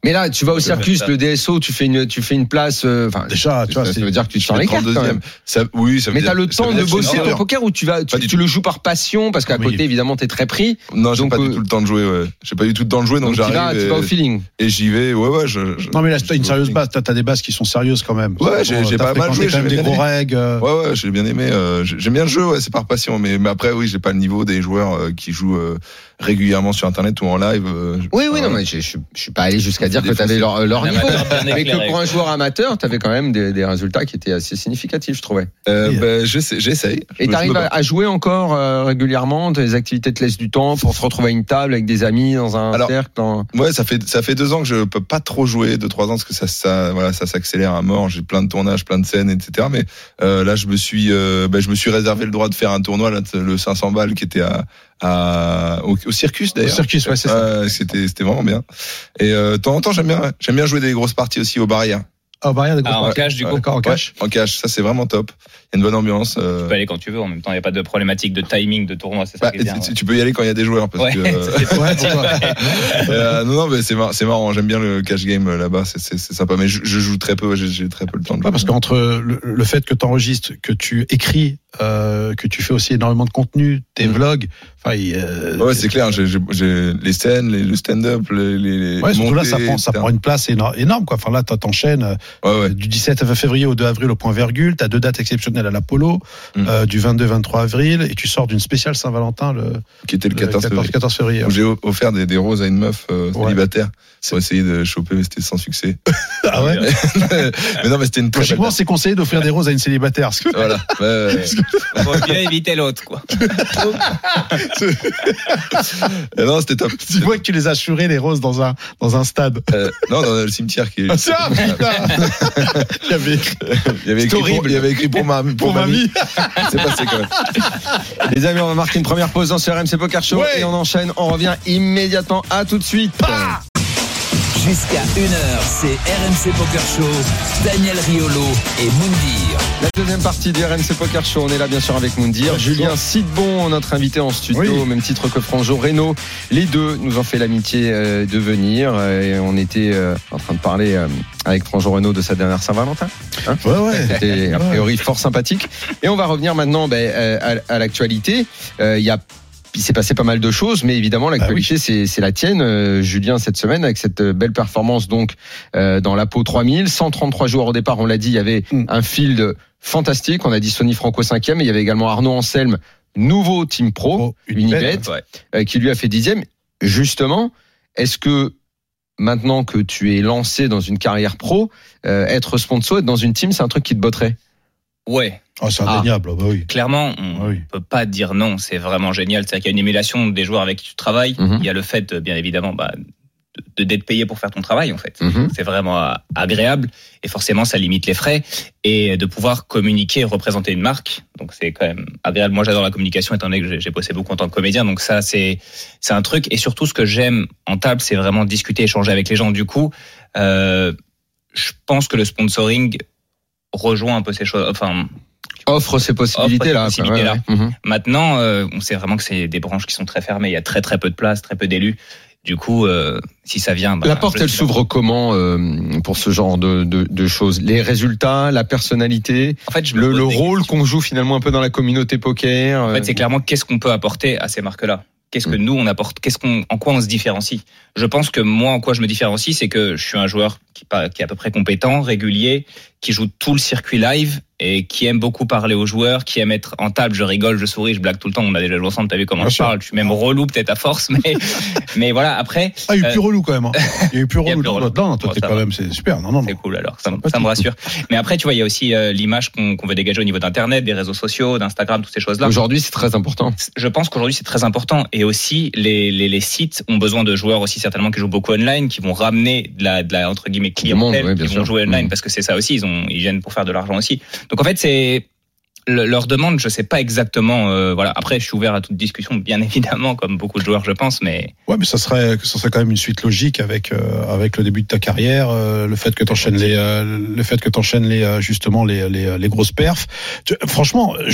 Mais là, tu vas au circus, le D S O, tu fais une, tu fais une place. Enfin, déjà, tu vois, ça c'est- veut dire que tu sors les cartes quand même. Ça, oui, ça veut Mais dire- t'as le ça temps veut de dire que c'est bosser une ton heure. poker ou tu vas, tu, Pas du tu le joues par passion parce qu'à Oui. côté, évidemment, t'es très pris. Non, j'ai Donc, pas euh, du tout le temps de jouer. Ouais. J'ai pas du tout le temps de jouer, donc, Donc, tu vas, j'arrive tu vas au et, feeling. et j'y vais. Ouais, ouais. Je, je- Non, mais là, je t'as une joue au sérieuse feeling. base. T'as, t'as des bases qui sont sérieuses quand même. Ouais, j'ai- j'ai T'as pas mal fréquenté joué, quand même j'ai des bien gros aimé. règles. euh, Ouais, ouais, j'ai bien aimé. euh, j'aime bien le jeu, ouais, c'est par passion. Mais, mais après, oui, j'ai pas le niveau des joueurs euh, qui jouent euh, régulièrement sur Internet ou en live. euh, Oui, oui, euh, non, mais je, je, je suis pas allé jusqu'à dire que Défoncer. t'avais leur, leur Un niveau. amateur bien Mais que éclairé. pour un joueur amateur, t'avais quand même des, des résultats qui étaient assez significatifs, je trouvais. euh, Et, bah, j'essaie- j'essaye. Je Et me- t'arrives je me à, bats. à jouer encore euh, régulièrement, tes activités te laissent du temps pour se retrouver à une table avec des amis dans un Alors, cercle. Dans... Ouais, ça fait ça fait deux ans que je peux pas trop jouer, deux trois ans parce que ça ça voilà ça s'accélère à mort. J'ai plein de tournages, plein de scènes, et cetera. Mais euh, là, je me suis euh, bah, je me suis réservé le droit de faire un tournoi là, le cinq cents balles qui était à, à au, au Circus Au d'ailleurs. circuit, ouais, c'est ça. Ouais, c'était c'était vraiment bien. Et euh, de temps en temps, j'aime bien j'aime bien jouer des grosses parties aussi aux barrières. Ah, bah, rien de gros. Ah, en cash, du coup. D'accord, en cash. En cash, ça c'est vraiment top. Il y a une bonne ambiance. euh, Tu peux aller quand tu veux. En même temps, il n'y a pas de problématique de timing de tournoi. C'est ça bah, qui est bien. tu, ouais. tu peux y aller quand il y a des joueurs parce Ouais, que euh, c'est- Ouais, pourquoi euh, non non mais c'est mar- c'est marrant. J'aime bien le cash game euh, là-bas. C'est c'est c'est sympa. Mais je, je joue très peu. J'ai j'ai très peu le temps de Ouais, jouer. parce qu'entre le, le fait que tu enregistres, que tu écris, euh, que tu fais aussi énormément de contenu, tes Mm. vlogs, enfin, il, euh, Ouais, c'est clair. J'ai, j'ai, j'ai les scènes, les, le stand-up, les, les, les ouais, surtout là, montées, ça prend, ça et cetera. prend une place éno- énorme, quoi. Enfin, là, t'en- t'enchaînes euh, Ouais, ouais. du dix-sept février au deux avril au point virgule. T'as deux dates exceptionnelles à l'Apollo, Mm. euh, du vingt-deux vingt-trois avril, et tu sors d'une spéciale Saint-Valentin le, Qui était le le quatorze février. quatorze février. Où j'ai offert des, des roses à une meuf euh, Ouais. célibataire pour essayer de choper, mais c'était sans succès. Ah ouais? mais non, mais c'était une très belle Logiquement, c'est conseillé d'offrir des roses à une célibataire. Parce que Voilà. Ouais, ouais, ouais. Faut bien éviter l'autre, quoi. Et non, c'était top. tu vois que tu les as assurés, les roses, dans un, dans un stade. Euh, non, dans le cimetière qui est. Ah, ça, putain! Il y avait écrit Il y avait écrit pour, il y avait écrit pour ma, pour, pour mamie. C'est passé quand même. Les amis, on va marquer une première pause dans ce R M C Poker Show Ouais. et on enchaîne. On revient immédiatement. À tout de suite. Jusqu'à une heure, c'est R M C Poker Show, Daniel Riolo et Moundir. La deuxième partie du R M C Poker Show, on est là bien sûr avec Moundir, Ouais, Julien Sidbon, notre invité en studio, Oui. au même titre que Franjo Reno. Les deux nous ont fait l'amitié euh, de venir euh, et on était euh, en train de parler euh, avec Franjo Reno de sa dernière Saint-Valentin. Hein Ouais, ouais. C'était a priori fort sympathique. Et on va revenir maintenant ben, euh, à, à l'actualité. Euh, Il y a il s'est passé pas mal de choses, mais évidemment l'actualité c'est, c'est la tienne, euh, Julien, cette semaine avec cette belle performance donc euh, dans l'Apo trois mille, cent trente-trois joueurs au départ. On l'a dit, il y avait Mm. un field fantastique. On a dit Sonny Franco cinquième, et il y avait également Arnaud Anselme, nouveau team pro, Pro, Unibet, Unibet. Ouais. euh, qui lui a fait dixième. Justement, est-ce que maintenant que tu es lancé dans une carrière pro, euh, être sponsor, être dans une team, c'est un truc qui te botterait? Ouais. Oh, c'est indéniable, bah oui. Clairement, on Ah oui. peut pas dire non. C'est vraiment génial. C'est-à-dire qu'il y a une émulation des joueurs avec qui tu travailles. Mhm. Il y a le fait, bien évidemment, bah, de, d'être payé pour faire ton travail, en fait. Mhm. C'est vraiment euh, agréable. Et forcément, ça limite les frais. Et de pouvoir communiquer et représenter une marque. Donc, c'est quand même agréable. Moi, j'adore la communication, étant donné que j'ai, j'ai bossé beaucoup en tant que comédien. Donc, ça, c'est, c'est un truc. Et surtout, ce que j'aime en table, c'est vraiment discuter, échanger avec les gens. Du coup, euh, je pense que le sponsoring rejoint un peu ces choses. Enfin, Offre ces possibilités-là. Offre ces quoi. Ouais, possibilités-là. ouais. Mhm. maintenant, euh, on sait vraiment que c'est des branches qui sont très fermées. Il y a très très peu de place, très peu d'élus. Du coup, euh, si ça vient, bah, La porte, je elle suis s'ouvre comment euh, pour ce genre de, de, de choses? Les résultats, la personnalité, là. En fait, je me le, pose le des rôle questions. qu'on joue finalement un peu dans la communauté poker. En fait, c'est clairement qu'est-ce qu'on peut apporter à ces marques-là. Qu'est-ce que Mm. nous on apporte? Qu'est-ce qu'on, en quoi on se différencie? Je pense que moi, en quoi je me différencie, c'est que je suis un joueur qui, pas- qui est à peu près compétent, régulier, qui joue tout le circuit live et qui aime beaucoup parler aux joueurs, qui aime être en table. Je rigole, je souris, je blague tout le temps. On a déjà joué ensemble. T'as vu comment Bien je sûr. parle? Je suis même relou peut-être à force, mais mais voilà. Après, Ah, il y a eu Euh, plus relou quand même. Hein. Il y a eu plus il y a relou. plus Non, relou. non, toi, Bon, t'es ça quand va. même, c'est super. Non, non, c'est non. cool alors, ça, me- Pas ça me tout. rassure. Mais après, tu vois, il y a aussi euh, l'image qu'on, qu'on veut dégager au niveau d'Internet, des réseaux sociaux, d'Instagram, toutes ces choses-là. Aujourd'hui, c'est très important. Je pense qu'aujourd'hui c'est très important et aussi les, les, les sites ont besoin de joueurs aussi certainement qui jouent beaucoup online, qui vont ramener de la, de la entre guillemets clientèle, monde, ouais, bien qui sûr. vont jouer online Mmh. parce que c'est ça aussi, ils ont ils viennent pour faire de l'argent aussi. Donc en fait c'est le- leur demande, je sais pas exactement. Euh, voilà. Après, je suis ouvert à toute discussion, bien évidemment, comme beaucoup de joueurs, je pense. Mais Ouais, mais ça serait, ça serait quand même une suite logique avec euh, avec le début de ta carrière, euh, le fait que t'enchaînes les, euh, le fait que t'enchaînes les euh, justement les les, les grosses perfs. Tu- franchement, je vois.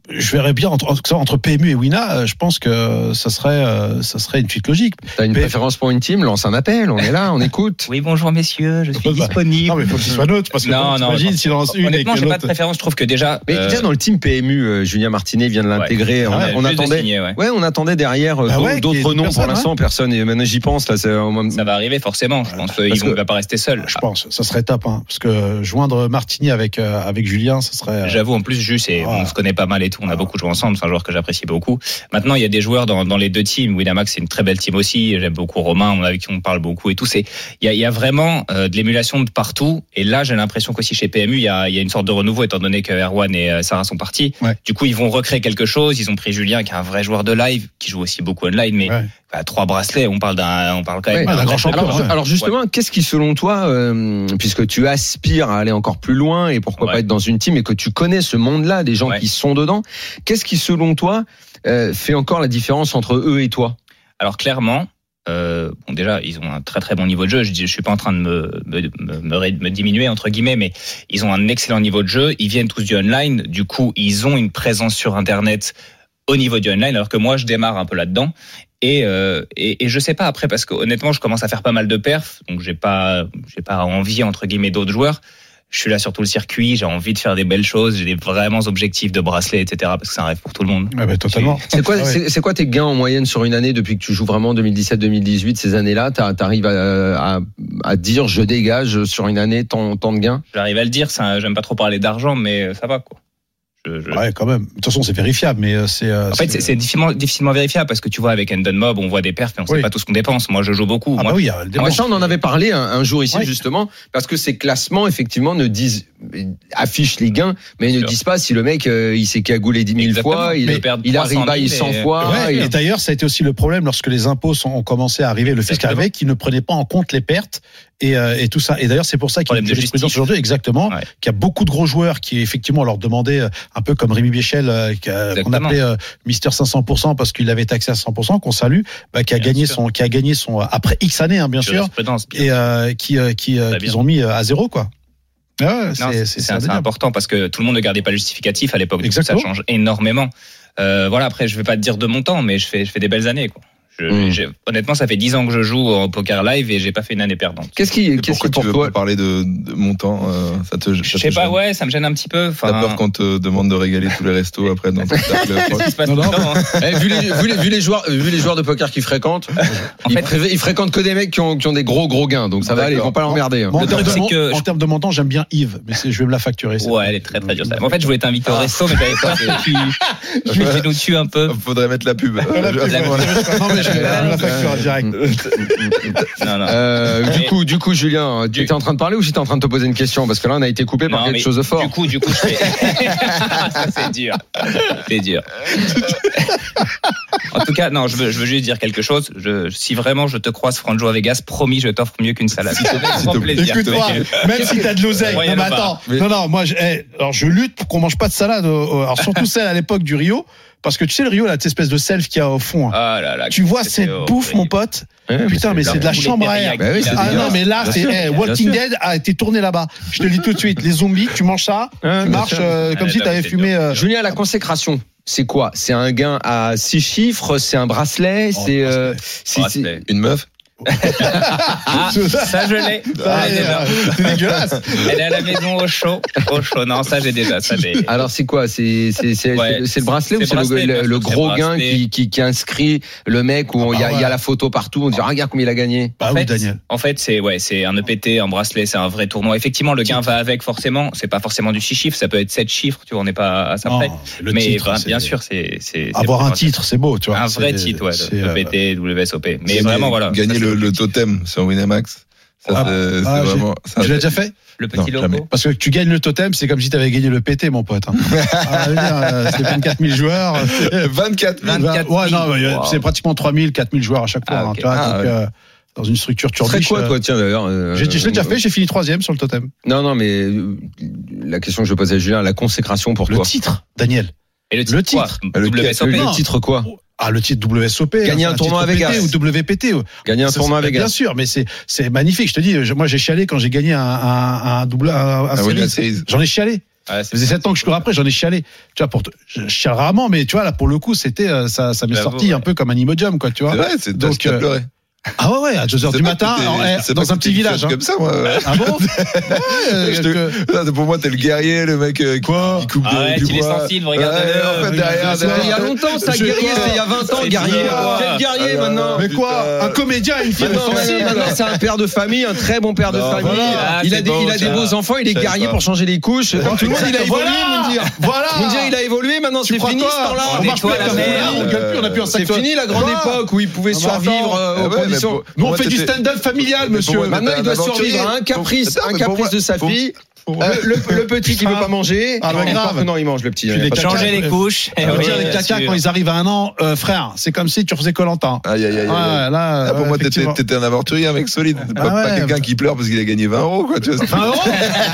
je verrais bien entre, entre P M U et Wina, je pense que ça serait, ça serait une suite logique. T'as une Mais... préférence pour une team, lance un appel, on est là, on écoute. Oui, bonjour messieurs, je suis bah, disponible. Non, mais il faut qu'il soit neutre, parce que non, non, t'imagines s'il en lance une. Honnêtement, et que j'ai pas l'autre... de préférence, je trouve que déjà. Mais euh... déjà dans le team P M U, euh, Julien Martinet vient de l'intégrer. Ouais. on, Ouais, on attendait, signer, ouais. ouais, on attendait derrière Ah ouais, d'autres noms. personne, Pour l'instant, ouais. personne. Et maintenant, j'y pense là. C'est, on... Ça va arriver forcément. Je pense qu'il que... ne va pas rester seul. Je pense, ça serait top, hein, parce que joindre Martini avec euh, avec Julien, ça serait. J'avoue, en plus, Jus, et Ah. on se connaît pas mal et tout. On a beaucoup joué ensemble. C'est un joueur que j'apprécie beaucoup. Maintenant, il y a des joueurs dans, dans les deux teams. Winamax, c'est une très belle team aussi. J'aime beaucoup Romain, on avec qui on parle beaucoup et tout. C'est, il y a, il y a vraiment euh, de l'émulation de partout. Et là, j'ai l'impression qu'aussi chez P M U, il y a, il y a une sorte de renouveau, étant donné que Erwan et euh, Sarah sont partis. Ouais. Du coup, ils vont recréer quelque chose. Ils ont pris Julien, qui est un vrai joueur de live, qui joue aussi beaucoup online, mais Ouais. bah, trois bracelets. On parle d'un, on parle quand même Ouais, d'un un grand vrai champion, joueur. Alors, ouais. alors justement, qu'est-ce qui selon toi, euh, puisque tu aspires à aller encore plus loin et pourquoi Ouais. pas être dans une team et que tu connais ce monde-là, des gens Ouais. qui sont dedans, qu'est-ce qui selon toi euh, fait encore la différence entre eux et toi? Alors clairement, euh, bon déjà ils ont un très très bon niveau de jeu. Je dis, je suis pas en train de me me, me, me, me diminuer entre guillemets, mais ils ont un excellent niveau de jeu. Ils viennent tous du online, du coup ils ont une présence sur Internet au niveau du online, alors que moi je démarre un peu là-dedans. Et, euh, et et je sais pas après parce que honnêtement je commence à faire pas mal de perfs, donc j'ai pas j'ai pas envie entre guillemets d'autres joueurs. Je suis là sur tout le circuit, j'ai envie de faire des belles choses, j'ai des vraiment objectifs de bracelet, et cetera. Parce que c'est un rêve pour tout le monde. Ouais, bah, totalement. C'est quoi, Ah ouais. c'est, c'est quoi tes gains en moyenne sur une année depuis que tu joues vraiment deux mille dix-sept deux mille dix-huit, ces années-là? T'as- T'arrives à, à, à dire je dégage sur une année tant, tant de gains? J'arrive à le dire, c'est un- j'aime pas trop parler d'argent, mais ça va quoi. Je, je... Ouais, quand même. De toute façon, c'est vérifiable, mais euh, c'est. En fait, c'est, c'est difficilement, difficilement vérifiable parce que tu vois, avec Endon Mob, on voit des perfs, mais on Oui. sait pas tout ce qu'on dépense. Moi, je joue beaucoup. Ah Moi, bah oui, il y a le Ah, débat. mais ça, on en avait parlé un, un jour ici, Ouais. justement, parce que ces classements, effectivement, ne disent, affichent les gains, mais Bien ne sûr. disent pas si le mec, euh, il s'est cagoulé dix mille Exactement. fois, il, Mais perdre il arrive à trois cent mille cent et- fois. Ouais, il- et d'ailleurs, ça a été aussi le problème lorsque les impôts sont, ont commencé à arriver, le fisc Exactement. arrivait, qui ne prenait pas en compte les pertes et, euh, et tout ça. Et d'ailleurs, c'est pour ça qu'il y a Problème une de jurisprudence justice. aujourd'hui, exactement, Ouais. qu'il y a beaucoup de gros joueurs qui, effectivement, leur demandaient, euh, un peu comme Rémi Bichel, euh, qui a- qu'on Exactement. appelait euh, Mister cinq cents pour cent parce qu'il avait taxé à cent pour cent, qu'on salue, bah, qui a Bien gagné sûr. son, qui a gagné son, après X années, hein, bien sûr, jurisprudence. et euh, qui, euh, qui, euh, Très qu'ils bien. ont mis euh, à zéro, quoi. Ouais, Non, c'est, c'est, c'est, c'est, c'est indéniable. important parce que tout le monde ne gardait pas le justificatif à l'époque. Du coup, ça Exactement. change énormément. Euh, voilà. Après, je vais pas te dire de mon temps, mais je fais, je fais des belles années, quoi. Je, Mm. j'ai- honnêtement, ça fait dix ans que je joue au poker live et j'ai pas fait une année perdante. Qu'est-ce qui, Et qu'est-ce pourquoi qui tu pour veux toi, pas parler de, de montant euh, ça te, ça Je te sais pas, gêne ouais, ça me gêne un petit peu. Enfin, T'as peur qu'on te demande de régaler tous les restos après dans ton cercle qu'est-ce proche qui se passe Non, non. tout le temps, hein. Eh, vu, les, vu, les, vu les joueurs, vu les joueurs de poker qu'ils fréquentent, En ils, fait- pré- ils fréquentent que des mecs qui ont, qui ont des gros gros gains, donc ça va, aller, ils vont pas l'emmerder. hein. Moi, en Le termes truc, de, c'est que mon- en je- termes de montant, j'aime bien Yves, mais c'est, je vais me la facturer. cette Ouais, fois. elle est très très dure. En fait, je voulais t'inviter au resto, mais j'avais peur que tu, tu, Ouais. tu nous tues un peu. Faudrait mettre la pub. La pub, La- non, mais je vais me la facture direct. Non, non. Euh, du Mais- coup, du coup, Julien, tu étais en train de parler ou j'étais en train de te poser une question? Parce que là, on a été coupé par Non, quelque mais chose de fort. Du coup, du coup, je fais. Ça, c'est dur. C'est dur. En tout cas, non, je veux, je veux juste dire quelque chose. Je, si vraiment je te croise Franjo à Vegas, promis, je t'offre mieux qu'une salade. Avec grand plaisir. Écoute-moi, même si t'as de l'oseille. Moyen Non, mais ou pas. attends. Non, non, moi, je, eh, alors je lutte pour qu'on mange pas de salade. au- au- Alors surtout celle à l'époque du Rio. Parce que tu sais, le Rio, là, cette espèce de self qu'il y a au fond. hein. Ah là là. Tu vois c'était cette horrible. bouffe, mon pote. Ouais, Putain, mais c'est de la Tous les chambre à air. teriyaki, Bah oui, c'est là. Ah dégueulasse. non, mais là, Bien c'est sûr, eh, bien Walking sûr. Dead a été tourné là-bas. Je te le dis tout de suite. Les zombies, tu manges ça, Ouais, tu bien marches sûr. euh, comme Ouais, si là, t'avais c'est fumé. dur. euh, Julien, la consécration, c'est quoi? C'est un gain à six chiffres? C'est un bracelet? Oh, C'est, euh, bracelet. c'est- Bracelet. Une meuf Ah, ça je l'ai. Ah, Ça, j'ai déjà. euh, c'est dégueulasse. Elle est à la maison au chaud. Au chaud. Non, ça j'ai déjà. Ça j'ai. c'est- alors c'est quoi? C'est, c'est, c'est, Ouais, c'est- c'est le bracelet c'est ou c'est le, bracelet, le- bien le sûr, gros c'est gain bracelet. qui, qui, qui inscrit le mec où il y, a- Ah, il y a ouais. la photo partout? On dit, ah, regarde combien il a gagné. Bah en oui, fait, Daniel. En fait, c'est ouais, c'est un E P T, un bracelet, c'est un vrai tournoi. Effectivement, le gain va avec forcément. C'est pas forcément du six chiffres, ça peut être sept chiffres. Tu vois, on n'est pas à ça Non, près. le Mais titre, bah, c'est- bien sûr, c'est c'est c'est Avoir un vraiment- titre, c'est beau, tu vois. un vrai C'est- titre, ouais, c'est, le euh, E P T, W S O P. Mais Gagner- vraiment, voilà. Gagner Ça, c'est le, le totem sur Winamax. Ça, Ah, c'est, c'est ah, j'ai- vraiment. ça, Tu l'as déjà fait? le Non, petit jamais. logo. Parce que tu gagnes le totem, c'est comme si tu avais gagné le P T, mon pote. hein. Ah, je veux dire, euh, c'est vingt-quatre mille joueurs. vingt-quatre mille. vingt-quatre Ouais, non, mille. mais, Wow. c'est pratiquement trois mille, quatre mille joueurs à chaque fois. Ah, hein, ok. tu vois, Ah, donc, ouais. euh, dans une structure Tu serais turbiche. quoi, euh, toi, tiens, d'ailleurs? euh, j'ai, je l'ai déjà fait, j'ai fini troisième sur le totem. Non, non, mais euh, la question que je posais à Julien, la consécration pour Le toi. titre, Daniel. Et le titre, Le quoi titre. Le W S O P. Le Non. titre quoi? Ah, le titre W S O P. Gagner hein, un tournoi titre à Vegas. P T ou W P T. Gagner un Ça, tournoi à c'est- Vegas. Bien sûr, mais c'est, c'est magnifique. Je te dis, je- moi, j'ai chialé quand j'ai gagné un, un, un double, un, un Ah oui, série. la série. J'en ai chialé. Ouais, ça faisait sept ans que je cours après, j'en ai chialé. Tu vois, pour te, je chiale rarement, mais tu vois, là, pour le coup, c'était, ça, ça m'est J'avoue, sorti ouais. un peu comme un Imodium, quoi, tu vois. C'est vrai, c'est Donc, donc, euh, pleuré. Ah ouais, ouais, à deux heures C'est du pas matin, que t'es- en- eh, c'est pas dans que un petit t'es village, hein. comme ça, moi. ouais. Ah bon? Ouais, euh, Je que- te- Là, Pour moi, t'es le guerrier, le mec euh, qui, Quoi qui coupe Arrête, du il est bois. sensible, regarde-le. Ouais, en fait, derrière, C'est il y a derrière. longtemps, ça, Je- guerrier, c'était il y a vingt ans, C'est guerrier. quoi Quel guerrier Ah, maintenant Mais quoi? putain. Un comédien, une fille Maintenant, sensible. maintenant, c'est un père de famille, un très bon père de Non, famille. voilà. Il a C'est des, beau, il a des ça. beaux enfants, il est Je savais guerrier pas. pour changer les couches. Comme tout le monde, il a évolué, Voilà. Moundir. Voilà. Moundir, il a évolué, maintenant Tu c'est crois fini quoi? ce temps-là. On marche plus nettoie avec la un mer. foulard, on gueule plus, on a plus un sac. C'est fini la grande Quoi? époque où il pouvait Ah, bah, survivre attends. euh, Ah aux ouais, mais conditions. pour- Nous, on moi, fait du t'étais- stand-up familial, Mais monsieur. pour moi, Maintenant, il doit Un aventurier. survivre à un caprice, Attends, un mais pour caprice moi- de sa pour- fille. Euh, le, le petit qui veut pas manger. Ah, bah, il grave. mange- Non, il mange le petit. Puis il y a les pas de- caca- Changer les couches. Ça veut Oui, dire les bien caca sûr. quand ils arrivent à un an, euh, frère, c'est comme si tu refaisais Koh-Lanta. Aïe, aïe, aïe, aïe. Ouais, là, Ah, pour ouais, moi, t'étais, effectivement. t'étais un aventurier, un mec solide. Pas, Ah pas ouais. quelqu'un qui pleure parce qu'il a gagné vingt euros, quoi. Tu vois. vingt euros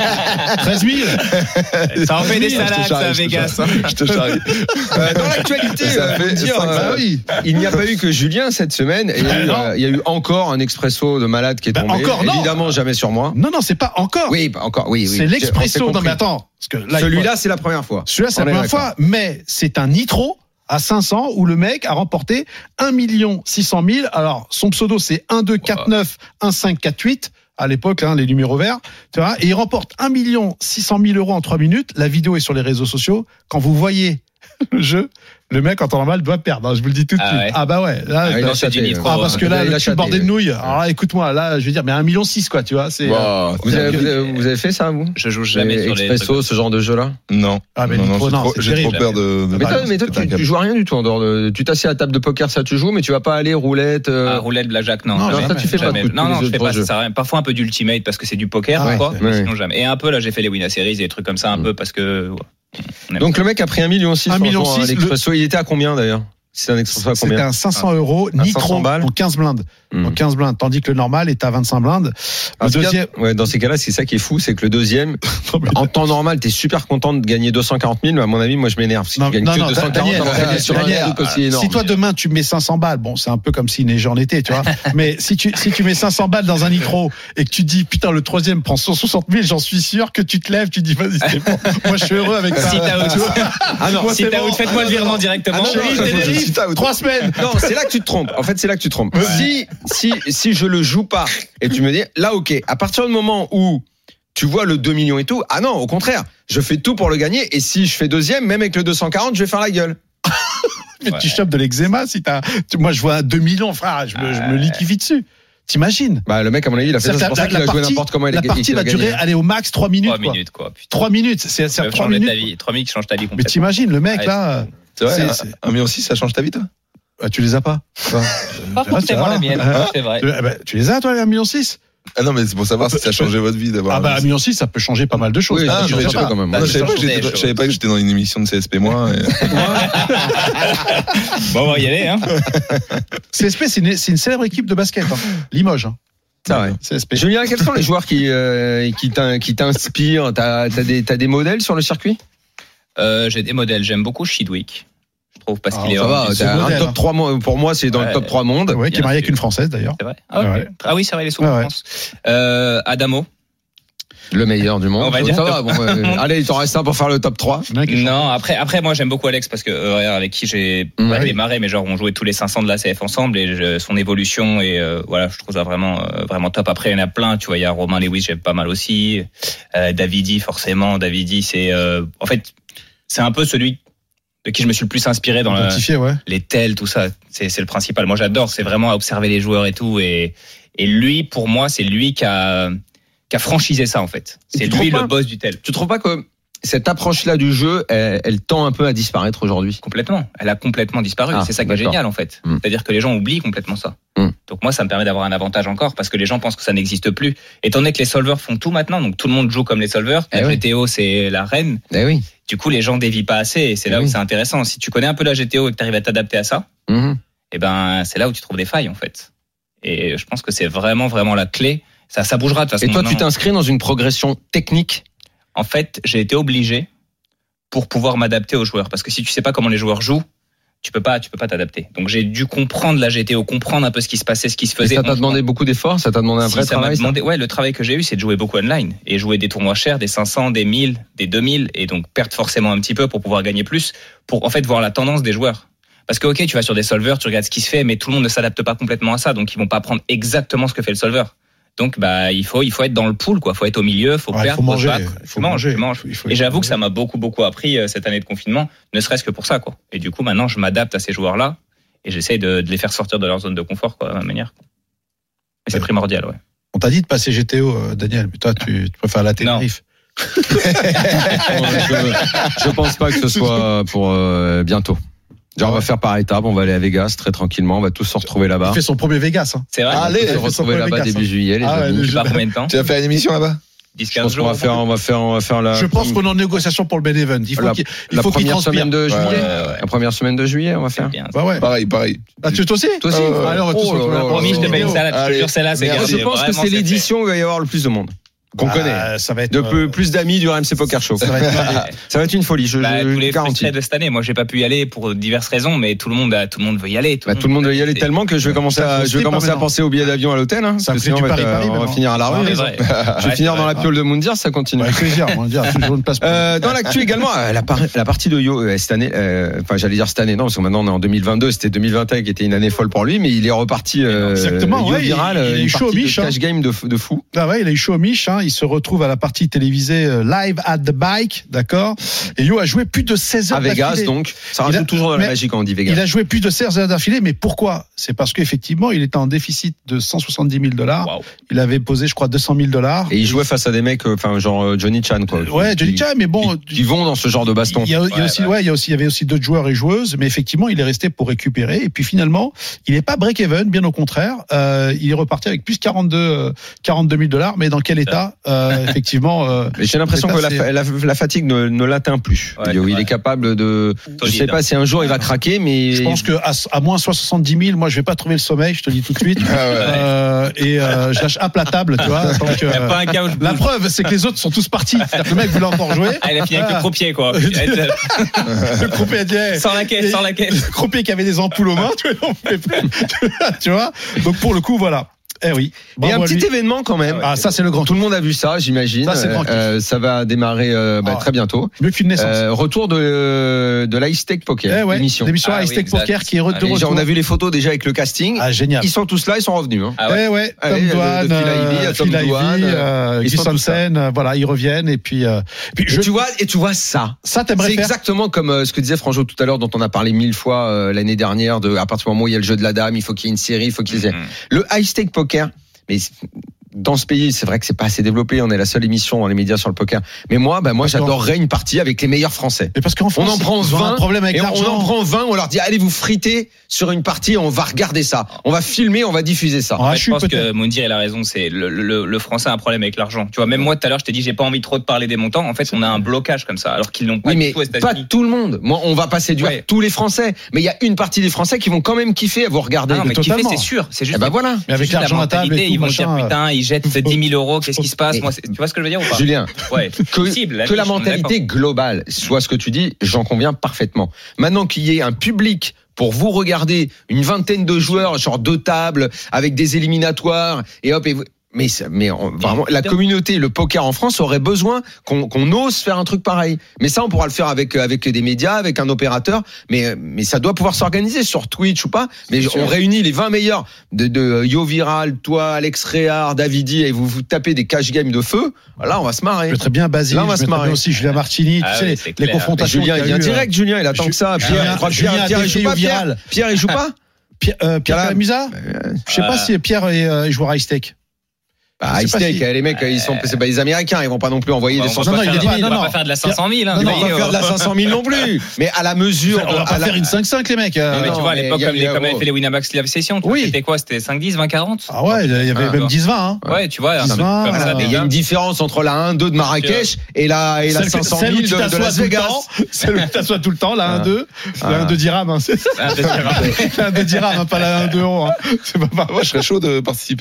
treize mille Ça en fait des Je te salades, ça, charrie, je te Vegas. charrie. Je te charrie. Euh, Dans l'actualité, Ça euh, fait faut dire, cinq- euh, Bah oui. il n'y a pas eu que Julien cette semaine. Et il, y a eu, non. euh, il y a eu encore un expresso de malade qui est Bah, tombé. encore, non. Évidemment, jamais sur moi. Non, non, c'est pas encore. Oui, bah, encore, oui, oui. C'est On l'expresso. s'est Non, compris. mais attends. Parce que là, il Celui-là, c'est la première fois. faut- Celui-là, c'est On la est première d'accord. fois, mais c'est un nitro à cinq cents où le mec a remporté un million six cent mille. Alors, son pseudo, c'est un deux quatre neuf un cinq quatre huit. À l'époque, hein, les numéros verts, tu vois, et il remporte un million six cent mille euros en trois minutes. La vidéo est sur les réseaux sociaux. Quand vous voyez le jeu, le mec, en temps normal, doit perdre. hein, je vous le dis tout de Ah suite. ouais. Ah bah ouais. Là, Ah, il bah, a c'est chaté, du nitro. euh. ah, parce que là, Il a le chaté, bordé de ouais. nouilles. Alors là, écoute-moi, là, je veux dire, mais un million six, quoi, tu vois, c'est. Wow. Vous avez, vous avez- vous avez fait ça, vous? Je joue jamais sur les. Expresso, ce genre de jeu-là? Non. Ah, mais non, non, Nitro, j'ai non, trop, c'est j'ai trop terrible. peur de. de- Mais toi, Ah, mais toi, c'est tu, tu joues à rien du tout en dehors de. Tu t'assieds à la table de poker, ça tu joues, mais tu vas pas aller roulette. euh, Ah, roulette, blackjack, non. Non, jamais. ça, tu fais pas Jamais. de tous Non, les non, je fais autres pas, jeux. ça sert à rien. Parfois un peu d'ultimate parce que c'est du poker, Ah, quoi. ouais. Mais Ouais. sinon jamais. Et un peu, là, j'ai fait les Winner Series et des trucs comme ça, un peu parce que. ouais. On aime Donc le mec a pris un million six. un million six, L'expresso, il était à combien d'ailleurs? C'est un expresso à C'était combien? un cinq cents euros Un nitro cinq cents balles. en quinze blindes. Hmm. En quinze blindes. Tandis que le normal est à vingt-cinq blindes. Ah, Le c'est bien. deuxième. Ouais, dans ces cas-là, c'est ça qui est fou, c'est que le deuxième, en temps normal, t'es super content de gagner deux cent quarante mille, mais à mon avis, moi, je m'énerve. Parce que Non, tu gagnes non, que non, deux cent quarante Daniel, alors que t'es sur un Daniel, truc aussi énorme. Si toi demain tu mets cinq cents balles, bon c'est un peu comme s'il neigeait en été, tu vois. Mais si tu si tu mets cinq cents balles dans un nitro et que tu dis putain le troisième prend cent soixante mille, j'en suis sûr que tu te lèves, tu dis vas-y c'est bon. Moi je suis heureux avec ça. Si t'as Tu vois. Ah non, Moi, Si c'est t'as bon. out, faites-moi le virement Ah directement. non, non, Chérie, non, Tenerife, si t'as- trois semaines. Non, c'est là que tu te trompes. En fait, c'est là que tu te trompes. Si, si, si je le joue pas et tu me dis, là, ok, à partir du moment où tu vois le deux millions et tout, ah non, au contraire, je fais tout pour le gagner et si je fais deuxième, même avec le deux cent quarante, je vais faire la gueule. Mais tu chopes de l'eczéma si t'as. tu- Moi je vois deux millions frère, je me, je me liquifie dessus. T'imagines? Bah, le mec, à mon avis, il a fait ça. C'est-à-dire C'est pour ça la- qu'il a la joué partie- n'importe comment. il a- La il partie a va gagné. durer aller au max trois minutes. trois quoi. minutes, quoi. Putain. trois minutes, c'est c'est Ça trois change ta minutes. vie. trois minutes qui changent ta vie Mais complètement. t'imagines le mec Ouais, là, C'est vrai, C'est- un- c'est- un million six, ça change ta vie, toi? ah, tu les as pas. Pas forcément ça la va. mienne, Hein c'est vrai. Tu- ah bah, tu les as toi les un million six? Ah non, mais c'est pour savoir si ça a changé votre vie d'avoir. Ah bah un million six ça peut changer pas mal de choses. Oui, Ah, ça je change sais pas pas. quand même. Non, je savais pas que changer j'étais- les je savais pas que j'étais dans une émission de C S P moi. et- Bon, on va y aller, hein. C S P c'est une, c'est une célèbre équipe de basket, hein. Limoges. Hein. C'est vrai. C S P. Julien, quels sont les joueurs qui, euh, qui t'in- qui t'inspirent? T'as, t'as des, t'as des modèles sur le circuit? Euh, j'ai des modèles. J'aime beaucoup Chidwick. Je trouve parce Ah, qu'il est Ça hors va, du- t'as c'est un modèle, top hein. trois, mo- pour moi, c'est dans le Ouais. top trois mondes. Ouais, qui est Bien marié avec sûr. une française d'ailleurs. C'est vrai. Ah, Ouais. ok. Ah oui, c'est vrai, il est souvent Ouais, en ouais. France. Euh, Adamo. Le meilleur du monde. On va ça dire va, bon, euh, allez, il t'en reste un pour faire le top trois. Non, après, après, moi, j'aime beaucoup Alex parce que euh, avec qui j'ai Mmh, pas oui. démarré, mais genre on jouait tous les cinq cents de la C F ensemble et je- son évolution et euh, voilà, je trouve ça vraiment, euh, vraiment top. Après, il y en a plein, tu vois, il y a Romain Lewis, j'aime pas mal aussi. Euh, Davidi, forcément, Davidi, c'est, euh, en fait, c'est un peu celui de qui je me suis le plus inspiré dans le, Identifié, ouais. les tels, tout ça. C'est, c'est le principal. Moi, j'adore. C'est vraiment à observer les joueurs et tout. Et, et lui, pour moi, c'est lui qui a, qui a franchisé ça, en fait. C'est Tu trouves lui pas le boss du tel. Tu trouves pas que cette approche-là du jeu, elle, elle tend un peu à disparaître aujourd'hui? Complètement. Elle a complètement disparu. Ah, c'est ça qui est d'accord. génial, en fait. Mm. C'est-à-dire que les gens oublient complètement ça. Mm. Donc moi, ça me permet d'avoir un avantage encore parce que les gens pensent que ça n'existe plus. Étant donné que les solvers font tout maintenant, donc tout le monde joue comme les solvers. Eh La oui. G T O, c'est la reine. Eh oui. Du coup, les gens dévient pas assez. Et c'est là Eh où oui. c'est intéressant. Si tu connais un peu la G T O et que tu arrives à t'adapter à ça, Mhm. eh ben, c'est là où tu trouves des failles, en fait. Et je pense que c'est vraiment, vraiment la clé. Ça, ça bougera de toute façon. Et toi, tu maintenant. t'inscris dans une progression technique? En fait, j'ai été obligé pour pouvoir m'adapter aux joueurs. Parce que si tu sais pas comment les joueurs jouent, tu peux pas, tu peux pas t'adapter. Donc j'ai dû comprendre la G T O, comprendre un peu ce qui se passait, ce qui se faisait. Et ça t'a demandé beaucoup d'efforts, ça t'a demandé un si, vrai ça travail. M'a demandé, ouais, le travail que j'ai eu, c'est de jouer beaucoup online et jouer des tournois chers, des cinq cents, des mille, des deux mille, et donc perdre forcément un petit peu pour pouvoir gagner plus, pour en fait voir la tendance des joueurs. Parce que ok, tu vas sur des solvers, tu regardes ce qui se fait, mais tout le monde ne s'adapte pas complètement à ça, donc ils vont pas prendre exactement ce que fait le solver. Donc bah il faut il faut être dans le pool quoi, faut être au milieu, faut Ouais, perdre, faut faut manger, se battre, faut tu manges, manger, tu manges. il faut- Et j'avoue faut que ça manger. m'a beaucoup beaucoup appris euh, cette année de confinement, ne serait-ce que pour ça quoi. Et du coup maintenant je m'adapte à ces joueurs-là et j'essaie de, de les faire sortir de leur zone de confort quoi, de la même manière. Et c'est Ouais. primordial ouais. On t'a dit de passer G T O, euh, Daniel, mais toi, tu, tu préfères la Tenerife. je, je pense pas que ce soit pour euh, bientôt. Genre, on va faire par étapes, on va aller à Vegas très tranquillement, on va tous se retrouver là-bas. Il fait son premier Vegas. Hein. C'est vrai. On Allez, va se il fait son retrouver premier là-bas Vegas, début hein. juillet, les Ah ouais, amis. le Tu pars combien de temps? Tu vas faire une émission là-bas? dix Je quinze pense qu'on jours. va faire, on va faire, on va faire la. Je pense qu'on est en négociation pour le main event. Il faut La- qu'il il la faut qu'il première transpire. semaine de juillet. Ouais, ouais. La première semaine de juillet, on va faire. Bien. Ouais, ouais. Pareil, pareil. Ah, tu toi aussi Toi aussi. Euh, Allez, on va tous oh se retrouver là là. là. Promis, je te paye une salade, je te Allez, jure, celle-là, c'est merci. Je pense que c'est l'édition où il va y avoir le plus de monde. Qu'on Bah, connaît. Ça va être. De euh, peu, plus d'amis du R M C Poker Show. Ça va être. Ça va être une folie, je, Bah, je tous les garantis. frustrés de cette année. Moi, j'ai pas pu y aller pour diverses raisons, mais tout le monde, a, tout le monde veut y aller. Bah, tout le monde veut y aller c'est- tellement que je vais commencer Ça à, fait je vais pas commencer à maintenant. penser au billet d'avion à l'hôtel, hein. Ça Parce fait que du sinon, on va, Paris-Paris, être- on va maintenant. finir à la Ah, rue. C'est raison. vrai. Je vais Ouais, finir c'est dans vrai. la piole de Moundir, ça continue. Avec plaisir, on va dire. Toujours une place pour. Euh, dans l'actu également, euh, la, par- la partie de Yo euh, cette année, euh, enfin j'allais dire cette année, non, parce que maintenant on est en deux mille vingt-deux, c'était deux mille vingt et un qui était une année folle pour lui, mais il est reparti euh, Exactement, Yo ouais, viral, il- il euh, est une chaud partie au de Mich, hein. cash game de, f- de fou. Ah ouais, il a eu chaud au Mich, hein. Il se retrouve à la partie télévisée euh, Live at the Bike, d'accord. Et Yo a joué plus de seize heures À Vegas, d'affilée. donc ça Il rajoute a- toujours de la mais magie quand on dit Vegas. Il a joué plus de seize heures d'affilée, mais pourquoi? C'est parce qu'effectivement, il était en déficit de cent soixante-dix mille dollars. Waouh. Il avait posé, je crois, deux cent mille dollars. Et il jouait face à des mecs, euh, enfin genre euh, Johnny Chan, quoi. Ouais, Johnny Qui- Chan, mais bon. qui, qui vont dans ce genre de baston. Il y a, il y a Ouais, aussi, ouais. ouais, il y a aussi, il y avait aussi d'autres joueurs et joueuses, mais effectivement, il est resté pour récupérer. Et puis finalement, il n'est pas break-even, bien au contraire. Euh, il est reparti avec plus quarante-deux, euh, quarante-deux mille dollars. Mais dans quel état euh, Effectivement. Euh, Mais j'ai l'impression C'est que pas- la, fa- la, la fatigue ne, ne l'atteint plus. Ouais, Yo, il ouais. est capable de. Je Solide, sais pas hein. si un jour il va craquer, mais je pense que à, à moins soixante-dix mille, moi, je vais pas trouver le sommeil. Je te le dis tout de suite. Ah ouais. Euh, et euh, je lâche à plat table, tu vois. Donc, Il y a euh, pas un cas où je la bouge. preuve, c'est que les autres sont tous partis. C'est-à-dire que le mec voulait encore jouer. Ah, il a fini avec le croupier, quoi. Le croupier a dit, hey, Sans la caisse, sans la caisse. le croupier qui avait des ampoules aux mains, tu vois, on pouvait pas. Tu vois. Donc pour le coup, voilà. Eh oui. Et Bravo un à petit lui. événement quand même. Ah, ça c'est le grand. Tout le monde a vu ça, j'imagine. Ça, c'est le grand kiff. Euh, ça va démarrer euh, bah, Ah. très bientôt. Mieux qu'une naissance. Euh, retour de de l'Ice Tech Poker, eh ouais. l'émission. L'émission Ah Ice oui, Tech exact. Poker qui est re- de Et retour. genre, on a vu les photos déjà avec le casting. Ah génial. Ils sont tous là, ils sont revenus. Hein. Ah ouais. Eh ouais, Tom Allez, de- de Douane, Phil Ivey à euh, Tom Phil Ivey, Douane, euh, ils Guy sont tous Sansen, euh, voilà, ils reviennent et puis, euh, puis Et je, tu vois, et tu vois ça. ça C'est t'aimerais faire. exactement comme euh, ce que disait Franjo tout à l'heure, dont on a parlé mille fois euh, l'année dernière. De à partir du moment où il y a le jeu de la dame, il faut qu'il y ait une série, il faut qu'il y ait Mhm. le Ice Tech Poker. Mais c'est- dans ce pays, c'est vrai que c'est pas assez développé. On est la seule émission dans les médias sur le poker. Mais moi, bah moi, Parce qu'en- j'adorerais une partie avec les meilleurs Français. Mais parce qu'en On France, en prend ils ont vingt un problème avec et on l'argent. en prend vingt. On leur dit allez vous friter sur une partie. On va regarder ça. On va filmer. On va diffuser ça. En Ouais, H je U pense que peut-être. Moundir il a raison. C'est le, le, le français a un problème avec l'argent. Tu vois, même moi tout à l'heure, je t'ai dit j'ai pas envie trop de parler des montants. En fait, on a un blocage comme ça, alors qu'ils n'ont pas Oui, du mais tout aux pas États-Unis. tout le monde. Moi, on va pas séduire Ouais. tous les Français. Mais il y a une partie des Français qui vont quand même kiffer à vous regarder. Ah non, mais kiffer, totalement. c'est sûr. C'est juste. Eh ben voilà. Mais avec c'est juste la l'argent à table mentalité, et tout, ils vont machin, dire putain, ils jettent dix mille euros. Qu'est-ce qui se passe Mais- Moi, c'est- tu vois ce que je veux dire ou pas Julien, Ouais. que, Cible, que la niche, on est mentalité globale soit ce que tu dis, j'en conviens parfaitement. Maintenant qu'il y ait un public pour vous regarder, une vingtaine de joueurs, genre deux tables, avec des éliminatoires, et hop, et vous- mais, ça- mais on- vraiment, la communauté, le poker en France aurait besoin qu'on qu'on ose faire un truc pareil. Mais ça, on pourra le faire avec avec des médias, avec un opérateur, mais mais ça doit pouvoir s'organiser sur Twitch ou pas. Mais on réunit les vingt meilleurs de, de Yo Viral, toi, Alex Réard, Davidi, et vous vous tapez des cash games de feu. Là, on va se marrer. Je mettrais bien Basile, Là, on va je se mettrais marrer. bien aussi Julien Martini, Ah tu sais, oui, les, c'est les clair. confrontations. Julien, qu'il il y a vient eu, direct, Julien, il attend Ju- que ça. Pierre, Julien- je crois que Julien Pierre, a Pierre, il défait joue pas, au Pierre, viral. Pierre, il joue pas? Pierre, euh, Pierre Calam. Calamusa Je sais pas Ah. si Pierre est, euh, est joueur high stake. Bah, Je sais Ice pas Tech, si- les mecs, ils sont, c'est pas les Américains, ils vont pas non plus envoyer On des va cent pas non, il faire est de- pas- on non, va non. pas faire de la cinq cent mille. hein, Non, Ils non, vont mais, pas euh, faire de la cinq cent mille non plus. Mais à la mesure. On va à pas la- faire une cinq cinq, les mecs. euh, Non, mais tu non, vois, à mais l'époque, il y a- comme il y les, a- comme oh. avait fait les Winamax Live Session, Oui. c'était quoi? C'était cinq dix, vingt quarante? Ah ouais, il y avait Ah, même non. dix vingt. Hein. Ouais, tu vois, un dix truc vingt, comme ça, alors, Mais il y a déjà. une différence entre la un deux de Marrakech et la, et la Celle- cinq cent celle où mille tu de, de t'assois Las tout le Vegas. temps, Celle où tu t'assois tout le temps, la Ah. un deux. Ah. La un deux dirhams. Hein. C'est Ah, de dire, la un deux dirhams, hein, pas la un deux euros. Hein. C'est pas Moi, je serais chaud de participer. hein.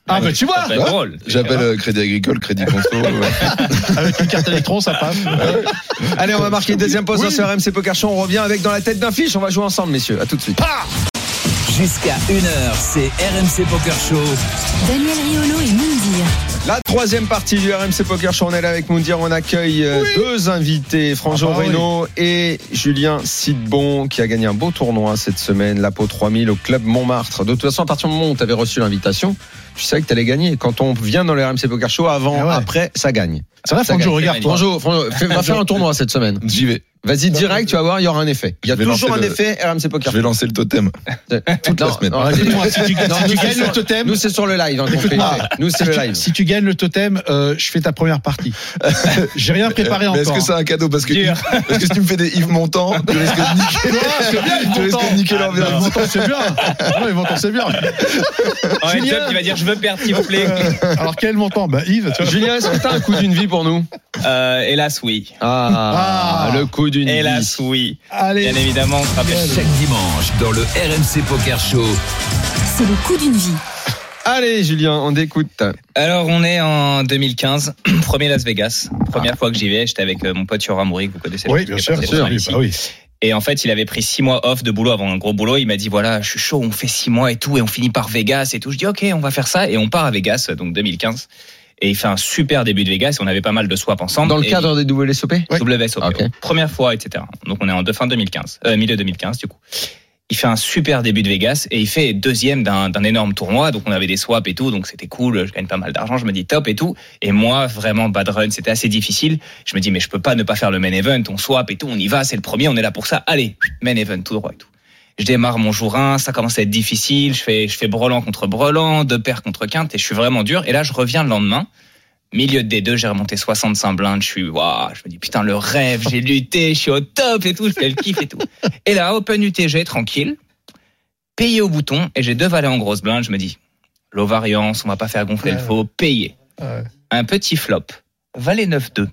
Ah, bah, tu vois. Ça peut être drôle. J'appelle euh, Crédit Agricole, Crédit Conso. ouais. Avec une carte électron, ça passe. Allez, on va marquer une deuxième pause Oui. sur R M C Poker Show. On revient avec dans la tête d'un fiche. On va jouer ensemble, messieurs. À tout de suite. Jusqu'à une heure, c'est R M C Poker Show. Daniel Riolo et Moundir. La troisième partie du R M C Poker Show, on est là avec Moundir, on accueille euh, Oui. deux invités, Franjo Ah bah Reynaud et Julien Sidbon, qui a gagné un beau tournoi cette semaine, l'Apo trois mille au Club Montmartre. De toute façon, à partir du moment où tu avais reçu l'invitation, tu savais que tu allais gagner. Quand on vient dans le R M C Poker Show, avant, Ah ouais. après, ça gagne. C'est vrai, Ça Franjo, gagne. regarde, toi. Franjo, Franjo, fais- va faire un tournoi cette semaine. J'y vais. Vas-y direct, tu vas voir, il y aura un effet. Il y a Je vais toujours un lancer le- effet R M C Poker Je vais lancer le totem. toute la semaine. Alors, écoute-moi, si tu, si Non, tu nous, c'est gagnes le sur- totem, Nous, c'est sur le live hein, qu'on fait Écoute-moi. l'effet. Nous, c'est si, le tu, live. si tu gagnes le totem, euh, je fais ta première partie. J'ai rien préparé Mais est-ce encore. que c'est un cadeau parce que, Dur. parce que si tu me fais des Yves Montand, tu risques de niquer, c'est bien, Yves tu risques Montand. de niquer Ah, l'ambiance. Montand, c'est bien. Non, Yves Montand, c'est bien. En heads up, il va dire je veux perdre, s'il vous plaît. Alors, quel montant? Bah, Yves, tu vois. Julien, est-ce que t'as un coup d'une vie pour nous? Euh, hélas, oui. Ah, Ah. le coup d'une vie. Hélas, oui. Allez. Bien évidemment, on sera bien. Chaque dimanche, dans le R M C Poker Show. C'est le coup d'une vie. Allez, Julien, on t'écoute. Alors, on est en deux mille quinze, premier Las Vegas. Première fois que j'y vais, j'étais avec euh, mon pote Yoram Amouri, que vous connaissez. Oui, qui bien est sûr, passé bien sûr. ici. Bah oui. Et en fait, il avait pris six mois off de boulot avant un gros boulot. Il m'a dit, voilà, je suis chaud, on fait six mois et tout, et on finit par Vegas et tout. Je dis, ok, on va faire ça. Et on part à Vegas, donc deux mille quinze. Et il fait un super début de Vegas. On avait pas mal de swaps ensemble. Dans le Et cadre des W S O P? Oui. W S O P. Ok. ouais. Première fois, et cetera. Donc on est en de fin deux mille quinze, euh, milieu deux mille quinze du coup. Il fait un super début de Vegas et il fait deuxième d'un, d'un énorme tournoi. Donc on avait des swaps et tout, donc c'était cool. Je gagne pas mal d'argent. Je me dis top et tout. Et moi, vraiment bad run, c'était assez difficile. Je me dis mais je peux pas ne pas faire le main event. On swap et tout, on y va, c'est le premier, on est là pour ça. Allez, main event tout droit et tout. Je démarre mon jour un, ça commence à être difficile. Je fais, je fais brelan contre brelan, deux paires contre quinte et je suis vraiment dur. Et là, je reviens le lendemain. Milieu de D deux, j'ai remonté soixante-cinq blindes, je suis, waouh, je me dis, putain, le rêve, j'ai lutté, je suis au top et tout, je fais le kiff et tout. Et là, Open U T G, tranquille, payé au bouton, et j'ai deux valets en grosse blinde, je me dis, low variance, on va pas faire gonfler le faux, payé. Ouais. Un petit flop, valet neuf deux,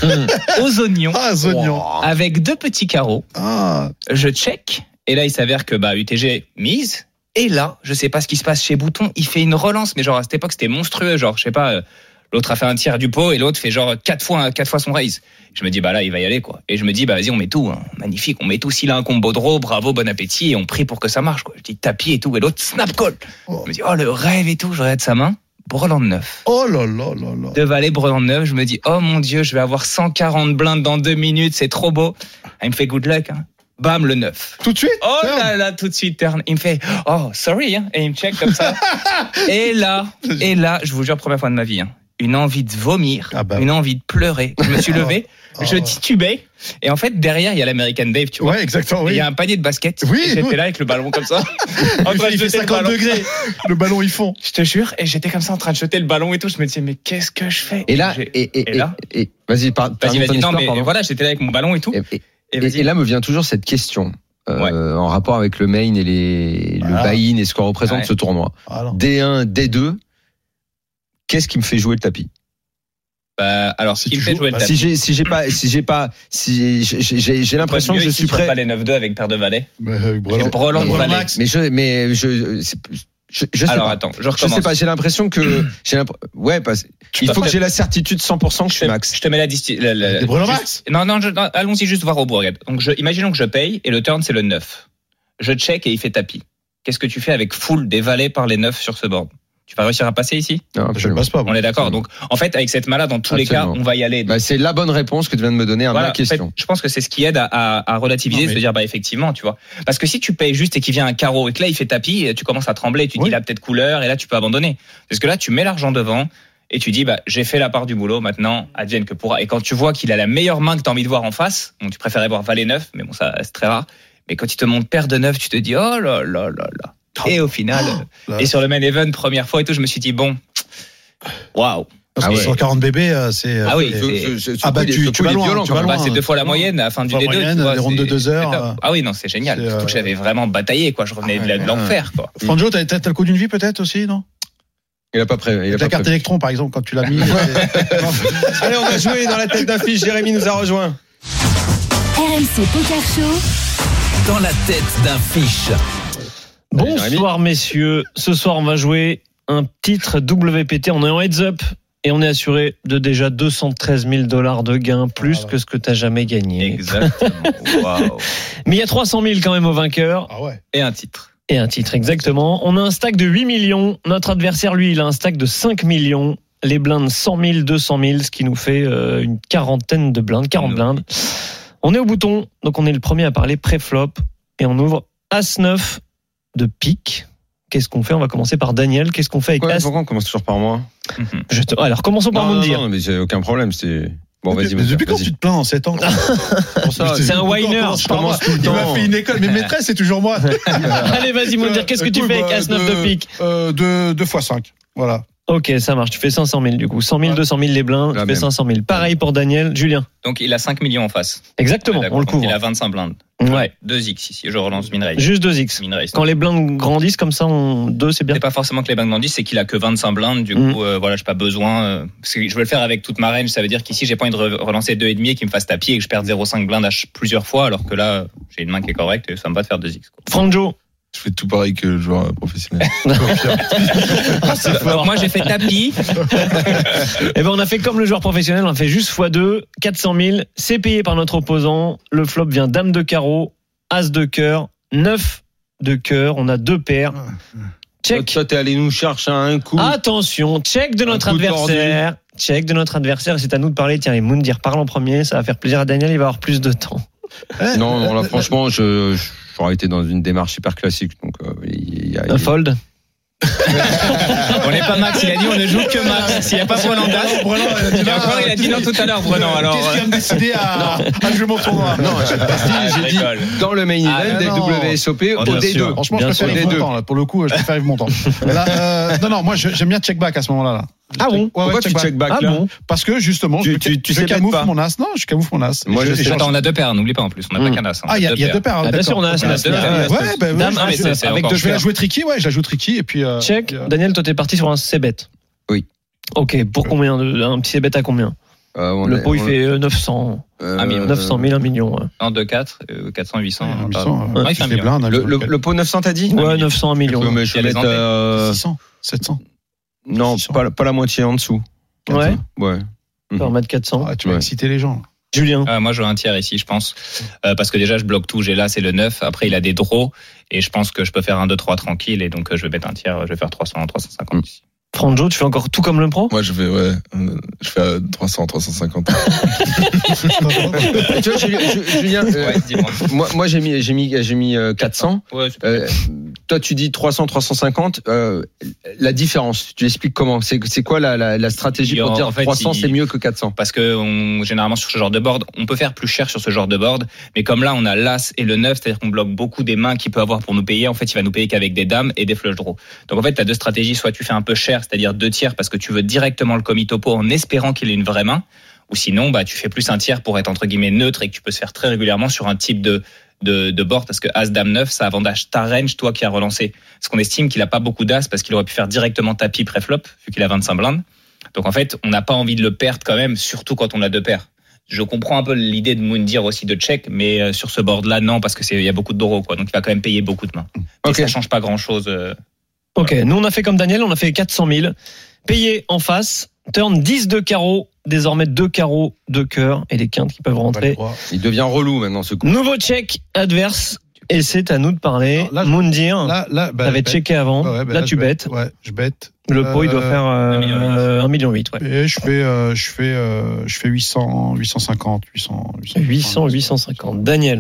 aux oignons, Ah, Zognon. avec deux petits carreaux, Ah, je check, et là, il s'avère que, bah, U T G, mise, et là, je sais pas ce qui se passe chez Bouton, il fait une relance, mais genre, à cette époque, c'était monstrueux, genre, je sais pas, euh, l'autre a fait un tiers du pot et l'autre fait genre quatre fois, quatre fois son raise. Je me dis, bah là, il va y aller, quoi. Et je me dis, bah vas-y, on met tout, hein. Magnifique, on met tout. S'il a un combo draw, bravo, bon appétit, et on prie pour que ça marche, quoi. Je dis tapis et tout, et l'autre snap call. Oh. Je me dis, oh, le rêve et tout, je regarde sa main, brelan de neuf. oh là là là là. Deux valets, brelan de neuf, je me dis, oh mon dieu, je vais avoir cent quarante blindes dans deux minutes, c'est trop beau. Ah, il me fait good luck, hein. Bam, le neuf. Tout de suite? Oh Turn. là là, tout de suite, turn. Il me fait, oh, sorry, hein. Et il me check comme ça. Et là, et là, je vous jure, première fois de ma vie, hein. Une envie de vomir, Ah bah. une envie de pleurer. Je me suis levé, Oh. je titubais, et en fait derrière il y a l'American Dave, tu vois. Ouais, exactement, Et oui. il y a un panier de basket. Oui, et j'étais oui. là avec le ballon comme ça. en train de Il fait jeter le cinquante ballon. degrés. Le ballon, ils font. Je te jure, et j'étais comme ça en train de jeter le ballon et tout. Je me disais mais qu'est-ce que je fais? Et là, J'ai- et, et, et là, et, et- vas-y, par, vas-y, termine ton vas-y, non, histoire, mais pardon. voilà, j'étais là avec mon ballon et tout. Et, et- Et, et- vas-y. et là me vient toujours cette question euh, Ouais. en rapport avec le main et les, Voilà. le buy-in et ce qu'on représente Ouais. ce tournoi. Ah non. D un, D deux, qu'est-ce qui me fait jouer le tapis? Bah, alors, Si ce qui tu me fait joues- jouer le bah, tapis. Si j'ai, si j'ai pas, si j'ai pas, si j'ai, j'ai, j'ai l'impression que je suis prêt. Pas les neuf deux avec paire de valets. Mais, euh, brelan- brelan de brelan valet. max. Mais je, mais je, c'est- je, je sais Alors pas. attends, je Je recommence. sais pas, j'ai l'impression que j'ai l'imp- ouais parce il peux faut pas- que j'ai la certitude cent pour cent que je Je suis te, max. je te mets la disti- la- la- Des brelans juste- max. Non, non, je- non, allons-y juste voir au bout, regarde. Donc, je, imaginons que je paye et le turn, c'est le neuf. Je check et il fait tapis. Qu'est-ce que tu fais avec full des valets par les neuf sur ce board? Tu vas réussir à passer ici? Non, Je ne absolument. passe pas. On moi. est d'accord. Donc, en fait, avec cette main-là, dans tous les cas, Absolument. on va y aller. Bah, c'est la bonne réponse que tu viens de me donner à Voilà, ma en fait, question. je pense que c'est ce qui aide à, à, à relativiser, Non, mais- se dire bah effectivement, tu vois. Parce que si tu payes juste et qu'il vient un carreau et que là il fait tapis, tu commences à trembler, tu te Oui. dis là peut-être couleur et là tu peux abandonner. Parce que là tu mets l'argent devant et tu dis bah j'ai fait la part du boulot, maintenant advienne que pourra. Et quand tu vois qu'il a la meilleure main que tu as envie de voir en face, bon tu préférais voir valet neuf, mais bon ça c'est très rare. Mais quand il te montre paire de neuf, tu te dis oh là là là là. Et au final, Oh là. et sur le main event première fois et tout, je me suis dit bon, waouh. Parce Ah que ouais. cent quarante bébés, euh, c'est. Ah oui, c'est- c'est- Ce- ce- Ah bah, ce coup, il est- tu- ce tu coup, vas il est loin, violent, tu quand vas même. loin. Bah, c'est deux fois la moyenne à la fin du Fois D deux. moyenne, tu vois, des rondes de c'est- deux heures, c'est top. euh, Ah oui, non, c'est génial. c'est, Surtout que euh, j'avais vraiment bataillé, quoi. Je revenais de la- de ouais. l'enfer, quoi. Franjo, t'as, t'as, t'as le coup d'une vie peut-être aussi, non? Il a pas prêt. Il a La pas carte prêt. électron, par exemple, quand tu l'as mis. c'est- Allez, on va jouer dans la tête d'affiche. Jérémy nous a rejoint. R M C Poker Show. Dans la tête d'un fiche. Jérémy. Bonsoir messieurs, ce soir on va jouer un titre W P T, on est en heads up et on est assuré de déjà deux cent treize mille dollars de gains, plus Ah ouais. que ce que tu as jamais gagné. Exactement. Waouh. Mais il y a trois cent mille quand même au vainqueur. Ah ouais. Et un titre. Et un titre, exactement. On a un stack de huit millions. Notre adversaire, lui, il a un stack de cinq millions. Les blindes, cent mille, deux cent mille, ce qui nous fait euh, une quarantaine de blindes, quarante blindes. On est au bouton, donc on est le premier à parler pré-flop. Et on ouvre As neuf de pique. Qu'est-ce qu'on fait? On va commencer par Daniel. Qu'est-ce qu'on fait avec Pourquoi, As pourquoi on commence toujours par moi? Je te- Alors, commençons par non, non, Moundir. non, mais j'ai aucun problème. C'est bon, vas-y. Mais vas-y, depuis quand vas-y. tu te plains en sept ans? Pour ça, C'est un whiner, je commence tout le Il m'a temps. fait une école, mais maîtresse, c'est toujours moi. Allez, vas-y, Moundir. Qu'est-ce que tu Écoute, fais avec bah, As neuf de pique? euh, deux, deux fois cinq. Voilà. Ok, ça marche. Tu fais cinq cent mille du coup. cent mille, Ouais. deux cent mille les blindes. La Tu fais même. cinq cent mille. Pareil pour Daniel. Julien. Donc il a cinq millions en face. Exactement, D'accord. on le Donc, couvre. Il a vingt-cinq blindes. Ouais. deux X ici. Je relance min raise. Juste deux X. Min raise. Quand les blindes grandissent comme ça, on... deux, c'est bien. C'est pas forcément que les blindes grandissent, c'est qu'il a que vingt-cinq blindes. Du Mm. coup, euh, voilà, j'ai pas besoin. euh, parce que je veux le faire avec toute ma range. Ça veut dire qu'ici, j'ai pas envie de re- relancer deux et demi et qu'il me fasse tapis et que je perde zéro virgule cinq blindes à ch- plusieurs fois, alors que là, j'ai une main qui est correcte et ça me va de faire deux X. quoi. Franjo. Je fais tout pareil que le joueur professionnel. Donc, moi, j'ai fait tapis. Eh ben, on a fait comme le joueur professionnel, on a fait juste fois deux, quatre cent mille. C'est payé par notre opposant. Le flop vient dame de carreau, as de cœur, neuf de cœur. On a deux paires. Check. Toi, t'es allé nous chercher un coup. Attention, check de notre Un coup de adversaire. Check de notre adversaire. C'est à nous de parler. Tiens, et Moundir parle en premier. Ça va faire plaisir à Daniel. Il va avoir plus de temps. Non, non, là, franchement, je, j'aurais été dans une démarche hyper classique. Donc, euh, il y a, Un fold. On n'est pas Max, il a dit on ne joue que Max. S'il n'y a pas Brenan-Das. Et encore, il a dit non tout à l'heure, Brenan. Alors, Qu'est-ce qui va me décider à, à jouer mon tournoi? Non, j'ai pas dit, Ah, je j'ai dit rigole. dans le main Ah, event des non. W S O P Oh, au bien D deux. sûr. Franchement, Bien je préfère sûr. Yves Les deux. Montand, là. Pour le coup, je préfère Yves Montand. Là, euh, non, non, moi, je- j'aime bien check back à ce moment-là, là. Ah bon? Ouais, Pourquoi ouais, tu check back. check back Ah là bon? Parce que justement, Tu- je, tu- tu je sais peut-être camoufle pas. mon as. Non, je camoufle mon as. Moi, je sais. Attends, on a deux paires, n'oublie pas en plus. On n'a Mm. pas qu'un as. on Ah, il y a, il y a deux paires. Ah, bien sûr, on a as, on a as, deux as. paires. Ouais, bah, ouais, Dame, je- Ah, mais as, c'est- c'est avec encore deux je vais la paires. jouer tricky, ouais, je la joue tricky, et puis. euh, Check. puis, euh, Daniel, toi, t'es parti sur un C-bet. Oui. Ok, pour combien de, un petit C-bet à combien? Euh, on Le est- pot, il on- fait euh, neuf cents. euh, un million. neuf cent mille, un million. Ouais, Non, deux, quatre, euh, quatre cents, huit cents. ouais, non, huit pas- cents, Ouais, euh, il tu fait un fais million. blind, Le, je- le, le pot neuf cents, t'as dit? ouais neuf cents, un million. Euh, mais je Il y a vais les mettre. antennes. euh, six cents, sept cents. Non, six cents. pas, pas la moitié en dessous. Ouais. Ouais. On va en mettre quatre cents. Ah, tu vas Ouais. exciter les gens. Julien. Ah, moi, je veux un tiers ici, je pense. Euh, parce que déjà, je bloque tout. J'ai là, c'est le neuf. Après, il a des draws. Et je pense que je peux faire un deux trois tranquille. Et donc, euh, je vais mettre un tiers. Je vais faire trois cents, trois cent cinquante ici. Franjo, tu fais encore tout comme le pro? Moi, je vais, ouais, euh, je fais à trois cents, trois cent cinquante. Tu vois, Julien, Ju- Julien, euh, Ouais, dis-moi. moi, moi j'ai mis, j'ai mis, j'ai mis euh, quatre cents. Ouais, c'est- Euh, toi, tu dis trois cents, trois cent cinquante. Euh, la différence, tu expliques comment? C'est, c'est quoi la, la, la stratégie pour En dire fait, trois cents il- c'est mieux que quatre cents? Parce que on, généralement sur ce genre de board, on peut faire plus cher sur ce genre de board, mais comme là on a l'as et le neuf, c'est-à-dire qu'on bloque beaucoup des mains qu'il peut avoir pour nous payer. En fait, il va nous payer qu'avec des dames et des flush draws. Donc en fait, tu as deux stratégies. Soit tu fais un peu cher, c'est-à-dire deux tiers parce que tu veux directement le commis topo en espérant qu'il ait une vraie main, ou sinon bah tu fais plus un tiers pour être entre guillemets neutre et que tu peux se faire très régulièrement sur un type de de, de board, parce que as dame neuf, ça avantage ta range, toi qui as relancé. Parce qu'on estime qu'il a pas beaucoup d'as parce qu'il aurait pu faire directement tapis pré-flop vu qu'il a vingt-cinq blindes. Donc en fait, on n'a pas envie de le perdre quand même, surtout quand on a deux paires. Je comprends un peu l'idée de Moundir aussi de check, mais euh, sur ce board-là, non, parce que c'est il y a beaucoup de draws, quoi. Donc il va quand même payer beaucoup de mains. Et Ok. ça change pas grand-chose. euh. Ok, nous on a fait comme Daniel, on a fait quatre cent mille. Payé en face, turn dix de carreau, désormais deux carreaux, deux cœurs et les quintes qui peuvent rentrer. Il devient relou maintenant ce coup. Nouveau check adverse et c'est à nous de parler. Alors là, je- Moundir, Là, là, bah, t'avais je checké avant, bête. Ouais, bah là tu je bêtes. Ouais, je bête. Le pot il doit Euh, faire euh, un million huit. euh, un million huit, ouais. Et je fais, euh, je fais, euh, je fais huit cents, huit cent cinquante, huit cents, huit cents, huit cent cinquante. Daniel.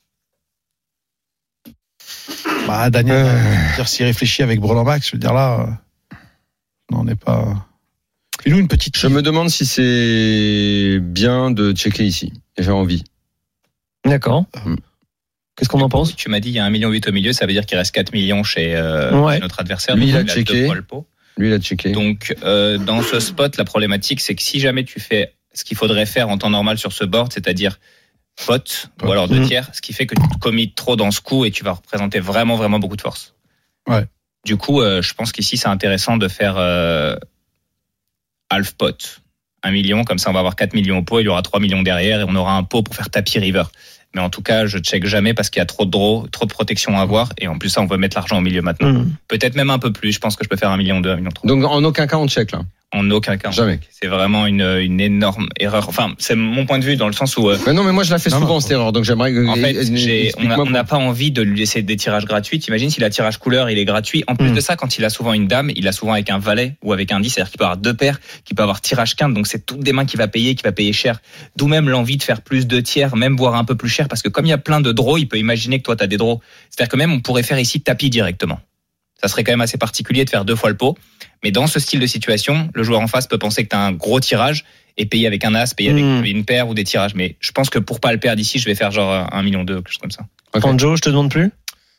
Bah, Daniel, Euh. euh, dire s'il réfléchit avec Brelan-Max, je veux dire là, euh, non, on n'est pas. Fais-nous une petite. Je me demande si c'est bien de checker ici. J'ai envie. D'accord. Hmm. Qu'est-ce qu'on en pense? Tu m'as dit il y a un million huit au milieu, ça veut dire qu'il reste quatre millions chez, euh, Ouais. chez notre adversaire. Lui, Donc, il a deux checké. fois le pot. Lui, il a checké. Donc, euh, dans ce spot, la problématique, c'est que si jamais tu fais ce qu'il faudrait faire en temps normal sur ce board, c'est-à-dire pot, Pot. ou alors deux Mhm. tiers, ce qui fait que tu te commites trop dans ce coup et tu vas représenter vraiment, vraiment beaucoup de force. Ouais. Du coup, euh, je pense qu'ici, c'est intéressant de faire euh, half pot. Un million, comme ça, on va avoir quatre millions au pot, il y aura trois millions derrière et on aura un pot pour faire tapis river. Mais en tout cas, je check jamais parce qu'il y a trop de draws, trop de protection à avoir. Et en plus, ça, on veut mettre l'argent au milieu maintenant. Mmh. Peut-être même un peu plus. Je pense que je peux faire un million deux, un million trois. Donc, en aucun cas, on check, là. En aucun cas. Jamais. C'est vraiment une, une énorme erreur. Enfin, c'est mon point de vue dans le sens où. Euh, mais non, mais moi, je la fais non, souvent, non. cette erreur. Donc, j'aimerais. En fait, j'ai, on n'a pas envie de lui laisser des tirages gratuits. T'imagines s'il a tirage couleur, il est gratuit. En plus mmh. de ça, quand il a souvent une dame, il a souvent avec un valet ou avec un dix. C'est-à-dire qu'il peut avoir deux paires, qu'il peut avoir tirage quinte. Donc, c'est toutes des mains qu'il va payer, qu'il va payer cher. D'où même l'envie de faire plus de tiers, même voire un peu plus cher. Parce que comme il y a plein de draws, il peut imaginer que toi, tu as des draws. C'est-à-dire que même, on pourrait faire ici tapis directement. Ça serait quand même assez particulier de faire deux fois le pot. Mais dans ce style de situation, le joueur en face peut penser que tu as un gros tirage et payer avec un as, payer avec mmh. une paire ou des tirages. Mais je pense que pour pas le perdre ici, je vais faire genre un million deux, quelque chose comme ça. Okay. Franjo, je te demande plus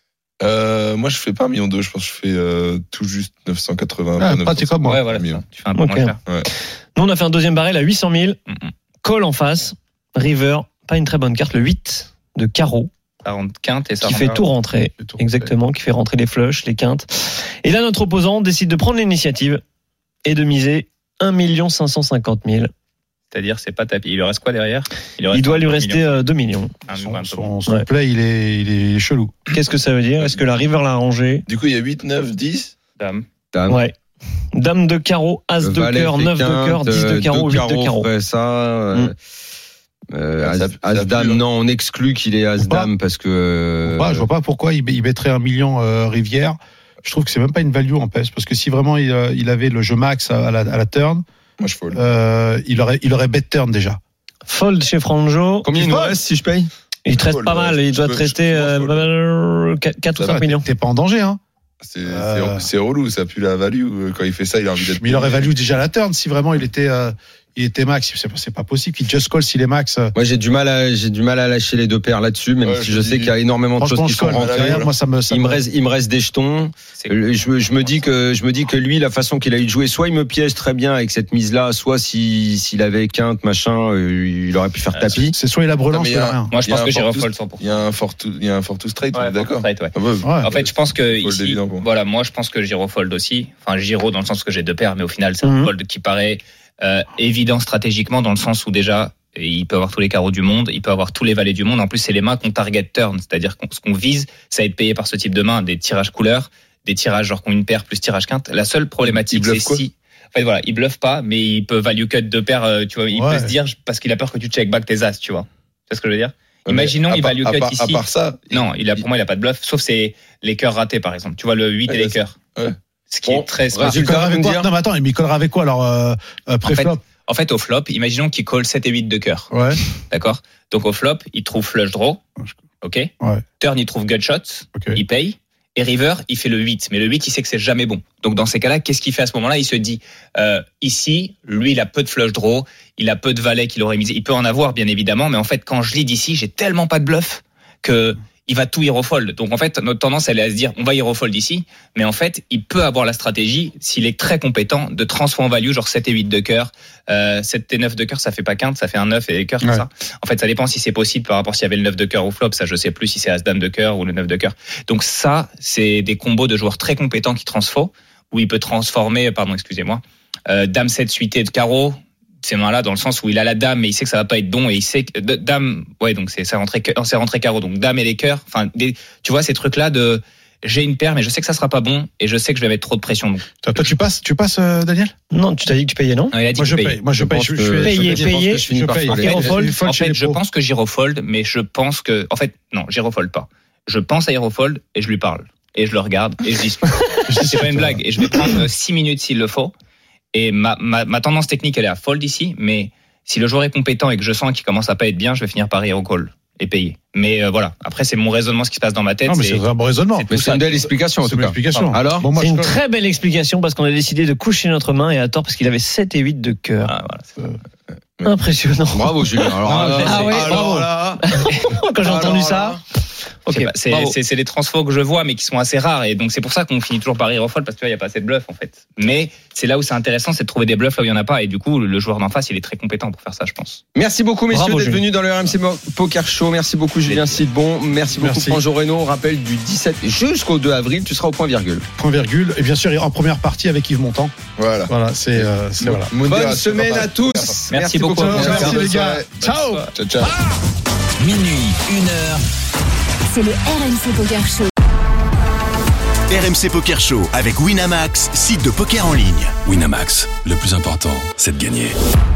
euh, Moi, je fais pas un million deux, je pense que je fais euh, tout juste neuf cent quatre-vingts. Ah, pratiquement. Ouais, voilà, tu fais un peu okay. moins cher. Ouais. Nous, on a fait un deuxième barrel à huit cent mille. Mmh. Call en face. River, pas une très bonne carte. Le huit de carreau. quarante quintes et ça qui fait tout rentrer, tout exactement, rentrer. Qui fait rentrer les flushs, les quintes. Et là, notre opposant décide de prendre l'initiative et de miser un million cinq cent cinquante mille. C'est-à-dire, c'est pas tapis. Il lui reste quoi derrière? Il, il doit lui rester millions. deux millions. Un son son, son ouais. play, il est, il est chelou. Qu'est-ce que ça veut dire? Est-ce que la river l'a arrangé? Du coup, il y a huit, neuf, dix. Dame. Dame. Ouais. Dame de carreau, as de cœur, neuf de cœur, dix de carreau, huit de carreau. Ça, euh, mm. Euh, as, as dame, non, on exclut qu'il est as dame parce que. Euh... Pas, je vois pas pourquoi il mettrait un million euh, Rivière. Je trouve que c'est même pas une value en P E S parce que si vraiment il, il avait le jeu max à la, à la turn, moi je fold. Euh, il aurait, il aurait bet turn déjà. Fold chez Franjo. Combien il nous reste si je paye? Il te reste fold, pas mal. Il doit te rester euh, quatre ou cinq millions. T'es pas en danger, hein. C'est, euh... c'est, c'est relou, ça pue la value. Quand il fait ça, il a envie d'être. Mais il aurait value déjà la turn si vraiment il était. Euh... Il était max, c'est pas, c'est pas possible qu'il just call s'il est max. Moi j'ai du mal à j'ai du mal à lâcher les deux paires là-dessus, même ouais, si je, je sais qu'il y a énormément de choses qui sont rentrées. Moi, ça me, ça il me reste il me reste des jetons. Je, je me dis que je me dis que lui la façon qu'il a eu de jouer, soit il me piège très bien avec cette mise là, soit si s'il avait quinte machin, il aurait pu faire tapis. C'est soit il a brelan, soit il a rien. Moi je pense que j'ai refold cent pour cent. Il y a un fort il y a un fort to straight, d'accord. En fait, je pense que ici, voilà, moi je pense que j'ai refold aussi. Enfin Giro dans le sens que j'ai deux paires, mais au final c'est un fold qui paraît Euh, évident stratégiquement dans le sens où déjà il peut avoir tous les carreaux du monde, il peut avoir tous les valets du monde. En plus, c'est les mains qu'on target turn, c'est-à-dire que ce qu'on vise, c'est à être payé par ce type de main, des tirages couleurs, des tirages genre qu'on une paire plus tirage quinte. La seule problématique, c'est si, en fait voilà, il bluffe pas, mais il peut value cut deux paires. Tu vois, il ouais. peut se dire parce qu'il a peur que tu check back tes as, tu vois. C'est ce que je veux dire. Ouais, Imaginons il value cut part, ici. À part ça, non, il a pour moi il a pas de bluff, sauf c'est les cœurs ratés par exemple. Tu vois le huit ouais, et les cœurs. Ouais. Ce qui bon, est très. Il collera avec quoi? Non, mais attends, il collera avec quoi alors euh, pré-flop? En fait, au flop, imaginons qu'il call sept et huit de cœur. Ouais. D'accord? Donc, au flop, il trouve flush draw. OK? Ouais. Turn, il trouve gut shot. Okay. Il paye. Et river, il fait le huit. Mais le huit, il sait que c'est jamais bon. Donc, dans ces cas-là, qu'est-ce qu'il fait à ce moment-là? Il se dit, euh, ici, lui, il a peu de flush draw. Il a peu de valets qu'il aurait misé. Il peut en avoir, bien évidemment. Mais en fait, quand je lis d'ici, j'ai tellement pas de bluff que il va tout hero fold. Donc en fait, notre tendance elle est à se dire on va hero fold ici, mais en fait, il peut avoir la stratégie s'il est très compétent de transformer en value genre sept et huit de cœur, euh, sept et neuf de cœur, ça fait pas quinte, ça fait un neuf et cœur, ouais. Tout ça. En fait, ça dépend si c'est possible par rapport s'il y avait le neuf de cœur au flop, ça je sais plus si c'est as dame de cœur ou le neuf de cœur. Donc ça, c'est des combos de joueurs très compétents qui transforment où il peut transformer pardon, excusez-moi, euh, dame sept suité de carreau. Ces mains-là, dans le sens où il a la dame, mais il sait que ça va pas être don, et il sait que dame, ouais, donc c'est ça rentré, c'est rentré carreau, donc dame et les cœurs. Enfin, des, tu vois ces trucs-là de, j'ai une paire, mais je sais que ça sera pas bon, et je sais que je vais mettre trop de pression. Donc. Toi, toi tu passes, tu passes, euh, Daniel? Non, tu t'as dit que tu payais, non? Non, il a dit moi, que je paye. paye. Moi, je paye. Je, je, je paye, paye. Je, je paye. En fait, en fait je pense que j'hérofold, mais je pense que, en fait, non, j'hérofold pas. Je pense à hérofold et je lui parle, et je le regarde et je discute. C'est pas une blague, et je vais prendre six minutes s'il le faut. Et ma, ma, ma tendance technique, elle est à fold ici, mais si le joueur est compétent et que je sens qu'il commence à pas être bien, je vais finir par hero call et payer. Mais euh, voilà, après c'est mon raisonnement, ce qui se passe dans ma tête. Non, mais c'est, c'est un bon raisonnement. C'est, c'est une belle explication en tout cas. Explication. Alors, bon, moi, c'est une je... très belle explication parce qu'on a décidé de coucher notre main et à tort parce qu'il avait sept et huit de cœur. Ah, voilà, c'est... Euh, Impressionnant. Bravo Julien. Alors, ah, là, ah ouais, alors là, quand j'ai entendu alors, ça. Là. Okay, c'est, c'est, c'est des transfos que je vois, mais qui sont assez rares. Et donc, c'est pour ça qu'on finit toujours par hero fold, parce qu'il n'y a pas assez de bluff, en fait. Mais c'est là où c'est intéressant, c'est de trouver des bluffs là où il n'y en a pas. Et du coup, le joueur d'en face, il est très compétent pour faire ça, je pense. Merci beaucoup, messieurs, Bravo, d'être Julien. venus dans le R M C Poker Show. Merci beaucoup, Julien Sidbon. Merci beaucoup, Merci. Franjo Reno. On rappelle du dix-sept jusqu'au deux avril, tu seras au point virgule. Point virgule. Et bien sûr, en première partie avec Yves Montand. Voilà. Voilà, c'est, euh, c'est voilà. Bonne semaine à tous. Merci, Merci beaucoup. beaucoup. Merci, Merci les gars. Ciao. Ciao, ciao. minuit, une heure. C'est le R M C Poker Show. R M C Poker Show avec Winamax, site de poker en ligne. Winamax, le plus important, c'est de gagner.